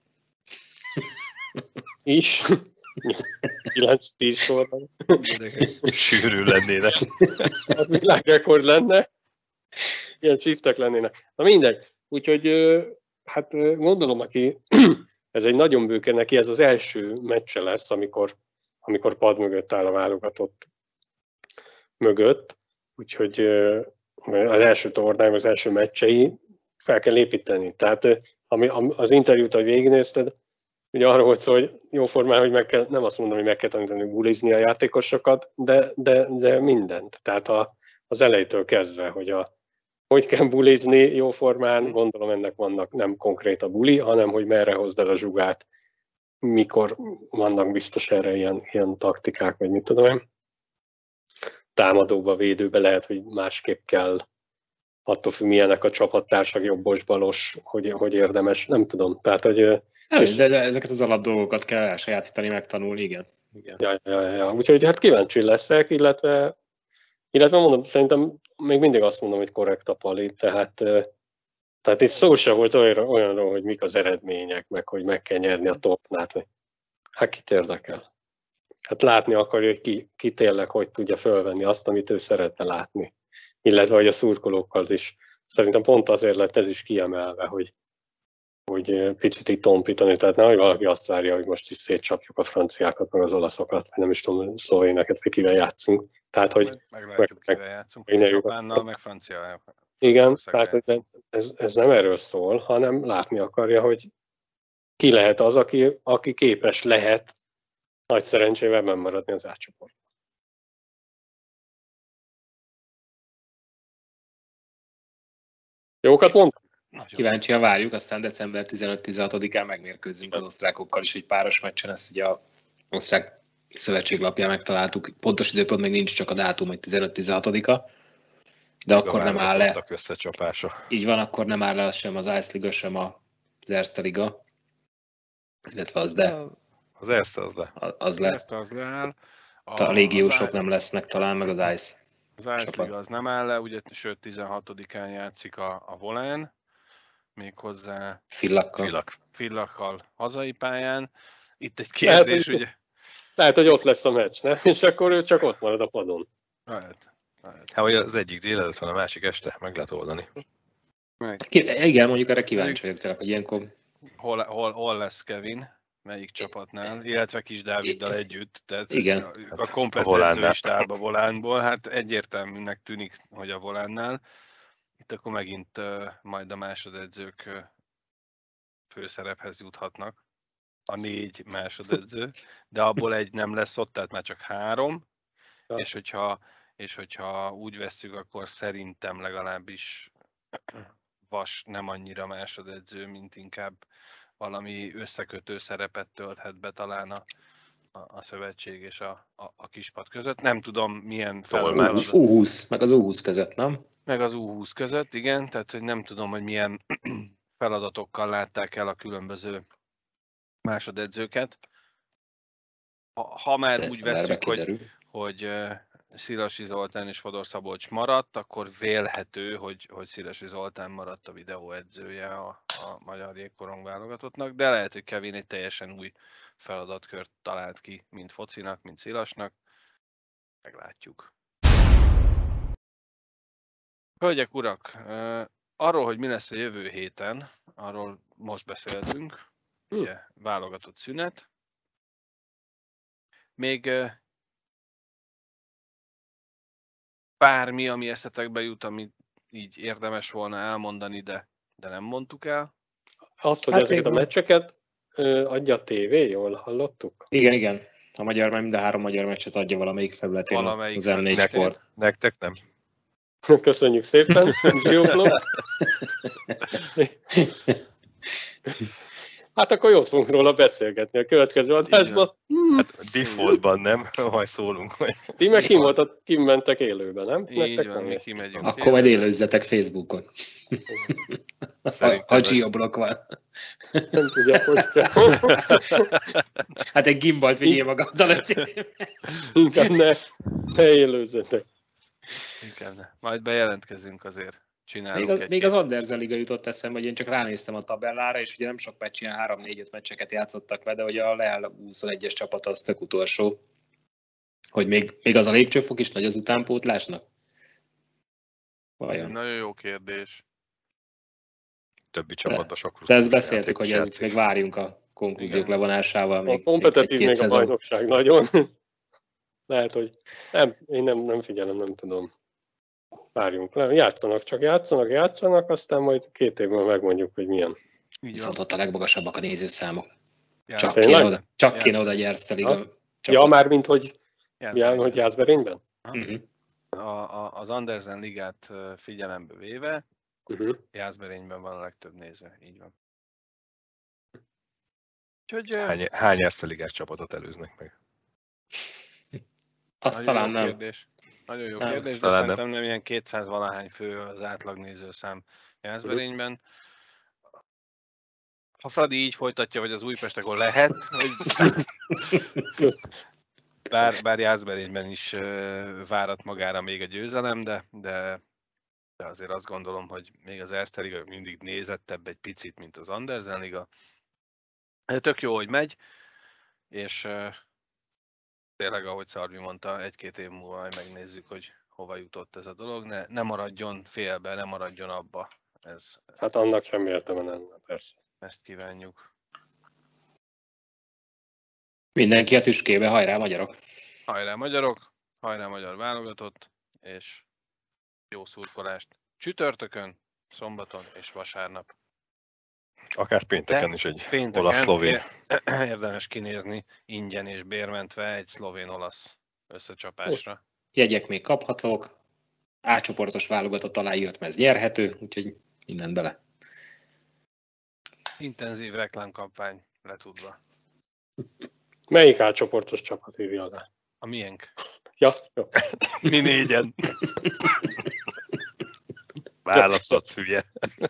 Is. kilenc-tíz sorban. Sűrű lennének. Az világrekord lenne. Ilyen shiftek lennének. Na mindegy. Úgyhogy hát gondolom, aki ez egy nagyon bőke neki, ez az első meccse lesz, amikor, amikor pad mögött áll a válogatott mögött. Úgyhogy az első tornáim, az első meccsei fel kell építeni. Tehát ami, az interjút, ahogy végignézted, ugye arra volt szó, hogy jóformán, hogy meg kell, nem azt mondom, hogy meg kell tanítani bulizni a játékosokat, de, de, de mindent. Tehát a, az elejétől kezdve, hogy a, hogy kell bulizni jóformán, gondolom ennek vannak nem konkrét a buli, hanem hogy merre hozd el a zsugát, mikor vannak biztos erre ilyen, ilyen taktikák, vagy mit tudom én. Támadóba, védőbe lehet, hogy másképp kell, attól függ, milyenek a csapattársak, jobbos-balos, hogy, hogy érdemes, nem tudom. Tehát, hogy, nem, és... de, de ezeket az alap dolgokat kell elsajátítani, megtanulni, igen. igen. Ja, ja, ja. Úgyhogy hát kíváncsi leszek, illetve, illetve mondom, szerintem még mindig azt mondom, hogy korrekt a pali, tehát, tehát itt szó sem volt olyanról, olyanról, hogy mik az eredmények, meg hogy meg kell nyerni a tornát. Hát kit érdekel? Hát látni akarja, hogy ki, ki tényleg hogy tudja fölvenni azt, amit ő szeretne látni. Illetve hogy a szurkolókkal is. Szerintem pont azért lett ez is kiemelve, hogy, hogy picit itt tompítani. Tehát nehogy valaki azt várja, hogy most is szétcsapjuk a franciákat, meg az olaszokat, vagy nem is tudom, szlovéneket, vagy kivel játszunk. Tehát, hogy meglátjuk, meg, kivel játszunk. Japánnal, meg francia, Igen, tehát hogy ez, ez nem erről szól, hanem látni akarja, hogy ki lehet az, aki, aki képes lehet nagy szerencsével bennmaradni az átcsoport. Jókat mondtam? Kíváncsian várjuk, aztán december tizenöt-tizenhatodikán megmérkőzzünk az osztrákokkal is egy páros meccsen, ezt ugye a osztrák szövetség lapján megtaláltuk. Pontos időpont még nincs, csak a dátum, hogy tizenöt-tizenhatodika. De Még akkor nem áll le. Összecsapása. Így van, akkor nem áll le sem az Ice Liga, sem az Erste Liga. Illetve az de. Az Erste az le. Az le. Erste az leáll. A, a légiósok az nem lesznek talán, meg az Ice. Az Ice Liga az nem áll le, ugye, sőt tizenhatodikán játszik a, a Volán, méghozzá Fillakkal. Fillak. Fillakkal hazai pályán. Itt egy kérdés, lehet, ugye? Lehet, hogy ott lesz a meccs, nem? És akkor ő csak ott marad a padon. Lehet. lehet. Hát, hogy az egyik délelőtt van, a másik este, meg lehet oldani. Meg. Igen, mondjuk erre kíváncsi vagyok tényleg, hogy ilyenkor... Hol, hol, hol lesz Kevin? Melyik csapatnál? Illetve Kis Dáviddal együtt. Tehát igen. A, a komplet edzői stáb a Volánból. Hát egyértelműnek tűnik, hogy a Volánnál. Itt akkor megint uh, majd a másodedzők uh, főszerephez juthatnak. A négy másodedző. De abból egy nem lesz ott, tehát már csak három. Ja. És hogyha, és hogyha úgy vesszük, akkor szerintem legalábbis Vas nem annyira másodedző, mint inkább valami összekötő szerepet tölthet be talán a, a, a szövetség és a, a, a kispad között. Nem tudom, milyen feladat. Az U húsz, meg az U húsz között, nem? Meg az U húsz között, igen. Tehát, hogy nem tudom, hogy milyen feladatokkal látták el a különböző másodedzőket. Ha, ha már de úgy veszük, hogy, hogy Szilasi Zoltán és Fodor Szabolcs maradt, akkor vélhető, hogy, hogy Szilasi Zoltán maradt a videóedzője a, a magyar jégkorong válogatottnak, de lehet, hogy Kevin egy teljesen új feladatkört talált ki, mint focinak, mint Szilasnak. Meglátjuk. Hölgyek, urak, arról, hogy mi lesz a jövő héten, arról most beszéltünk, hm. ugye válogatott szünet. Még bármi, ami eszetekbe jut, amit így érdemes volna elmondani, de, de nem mondtuk el. Azt, hogy hát ezeket a meccseket ö, adja a tévé, jól hallottuk? Igen, igen. A magyar, mert mind a három magyar meccset adja valamelyik felületén valamelyik az em négy Sport. Nektek nem. Köszönjük szépen, Geoblog. Hát akkor jót fogunk róla beszélgetni a következő adásban. Hát defaultban nem, majd szólunk. Ti meg kim, voltat, kim mentek élőben, nem? Így van, mi kimegyünk. Akkor majd élőzzetek Facebookon. Ha Geoblog van. Nem tudja, hogy kell. Hát egy gimbalt vigyél magaddal. Inkább ne, ne élőzzetek. Inkább ne. Majd bejelentkezünk azért. Még az, még az Andersen Liga jutott eszembe, hogy én csak ránéztem a tabellára, és ugye nem sok meccs, ilyen három-négy-öt meccseket játszottak le, de ugye a Leal huszonegyes csapat az tök utolsó. Hogy még, még az a lépcsőfok is nagy az utánpótlásnak? Vajon? Nagyon jó kérdés. Többi csapatban sok de ezt beszéltük, hogy ez még várjunk a konklúziók levonásával. Még, a kompetitív még, még a bajnokság nagyon. Lehet, hogy nem, én nem, nem figyelem, nem tudom. Várjunk le, játszanak, csak játszanak, játszanak, aztán majd két évben megmondjuk, hogy milyen. Viszont ott a legmagasabbak a nézőszámok. Csak kéne oda, csak kéne oda egy Erste Liga. Ja, már mint hogy, ja, hogy Jászberényben? Uh-huh. A, a, az Andersen Ligát figyelembe véve, uh-huh. Jászberényben van a legtöbb néző, így van. Úgyhogy, hány, hány Erste Ligás csapatot előznek meg? Azt talán nem. Kérdés. Nagyon jó nem, kérdés, de szerintem nem ilyen kétszáz valahány fő az átlag nézőszám Jászberényben. Ha Fradi így folytatja, vagy az Újpest, akkor lehet, hogy bár, bár Jászberényben is várat magára még a győzelem, de, de, de azért azt gondolom, hogy még az Erste Liga mindig nézettebb egy picit, mint az Andersen Liga. De tök jó, hogy megy, és tényleg, ahogy Szarvi mondta, egy-két év múlva majd megnézzük, hogy hova jutott ez a dolog. Ne, ne maradjon félbe, ne maradjon abba. Ez, hát annak sem értem, nem, persze. Ezt kívánjuk. Mindenki a tüskébe, hajrá magyarok! Hajrá magyarok, hajrá magyar válogatott, és jó szurkolást! csütörtökön, szombaton és vasárnap. Akár pénteken De is egy pénteken olasz-szlovén. Érdemes kinézni ingyen és bérmentve egy szlovén-olasz összecsapásra. Jegyek még kaphatók, A-csoportos válogatott aláírt, mert ez nyerhető, úgyhogy minden bele. Intenzív reklámkampány letudva. Melyik A-csoportos csapat hívja alá? A miénk. Ja, jó. Mi négyen. Választhatsz, hülye.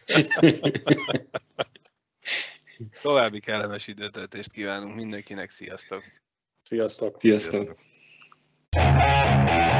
További kellemes időtöltést kívánunk mindenkinek, sziasztok! Sziasztok! Sziasztok! Sziasztok.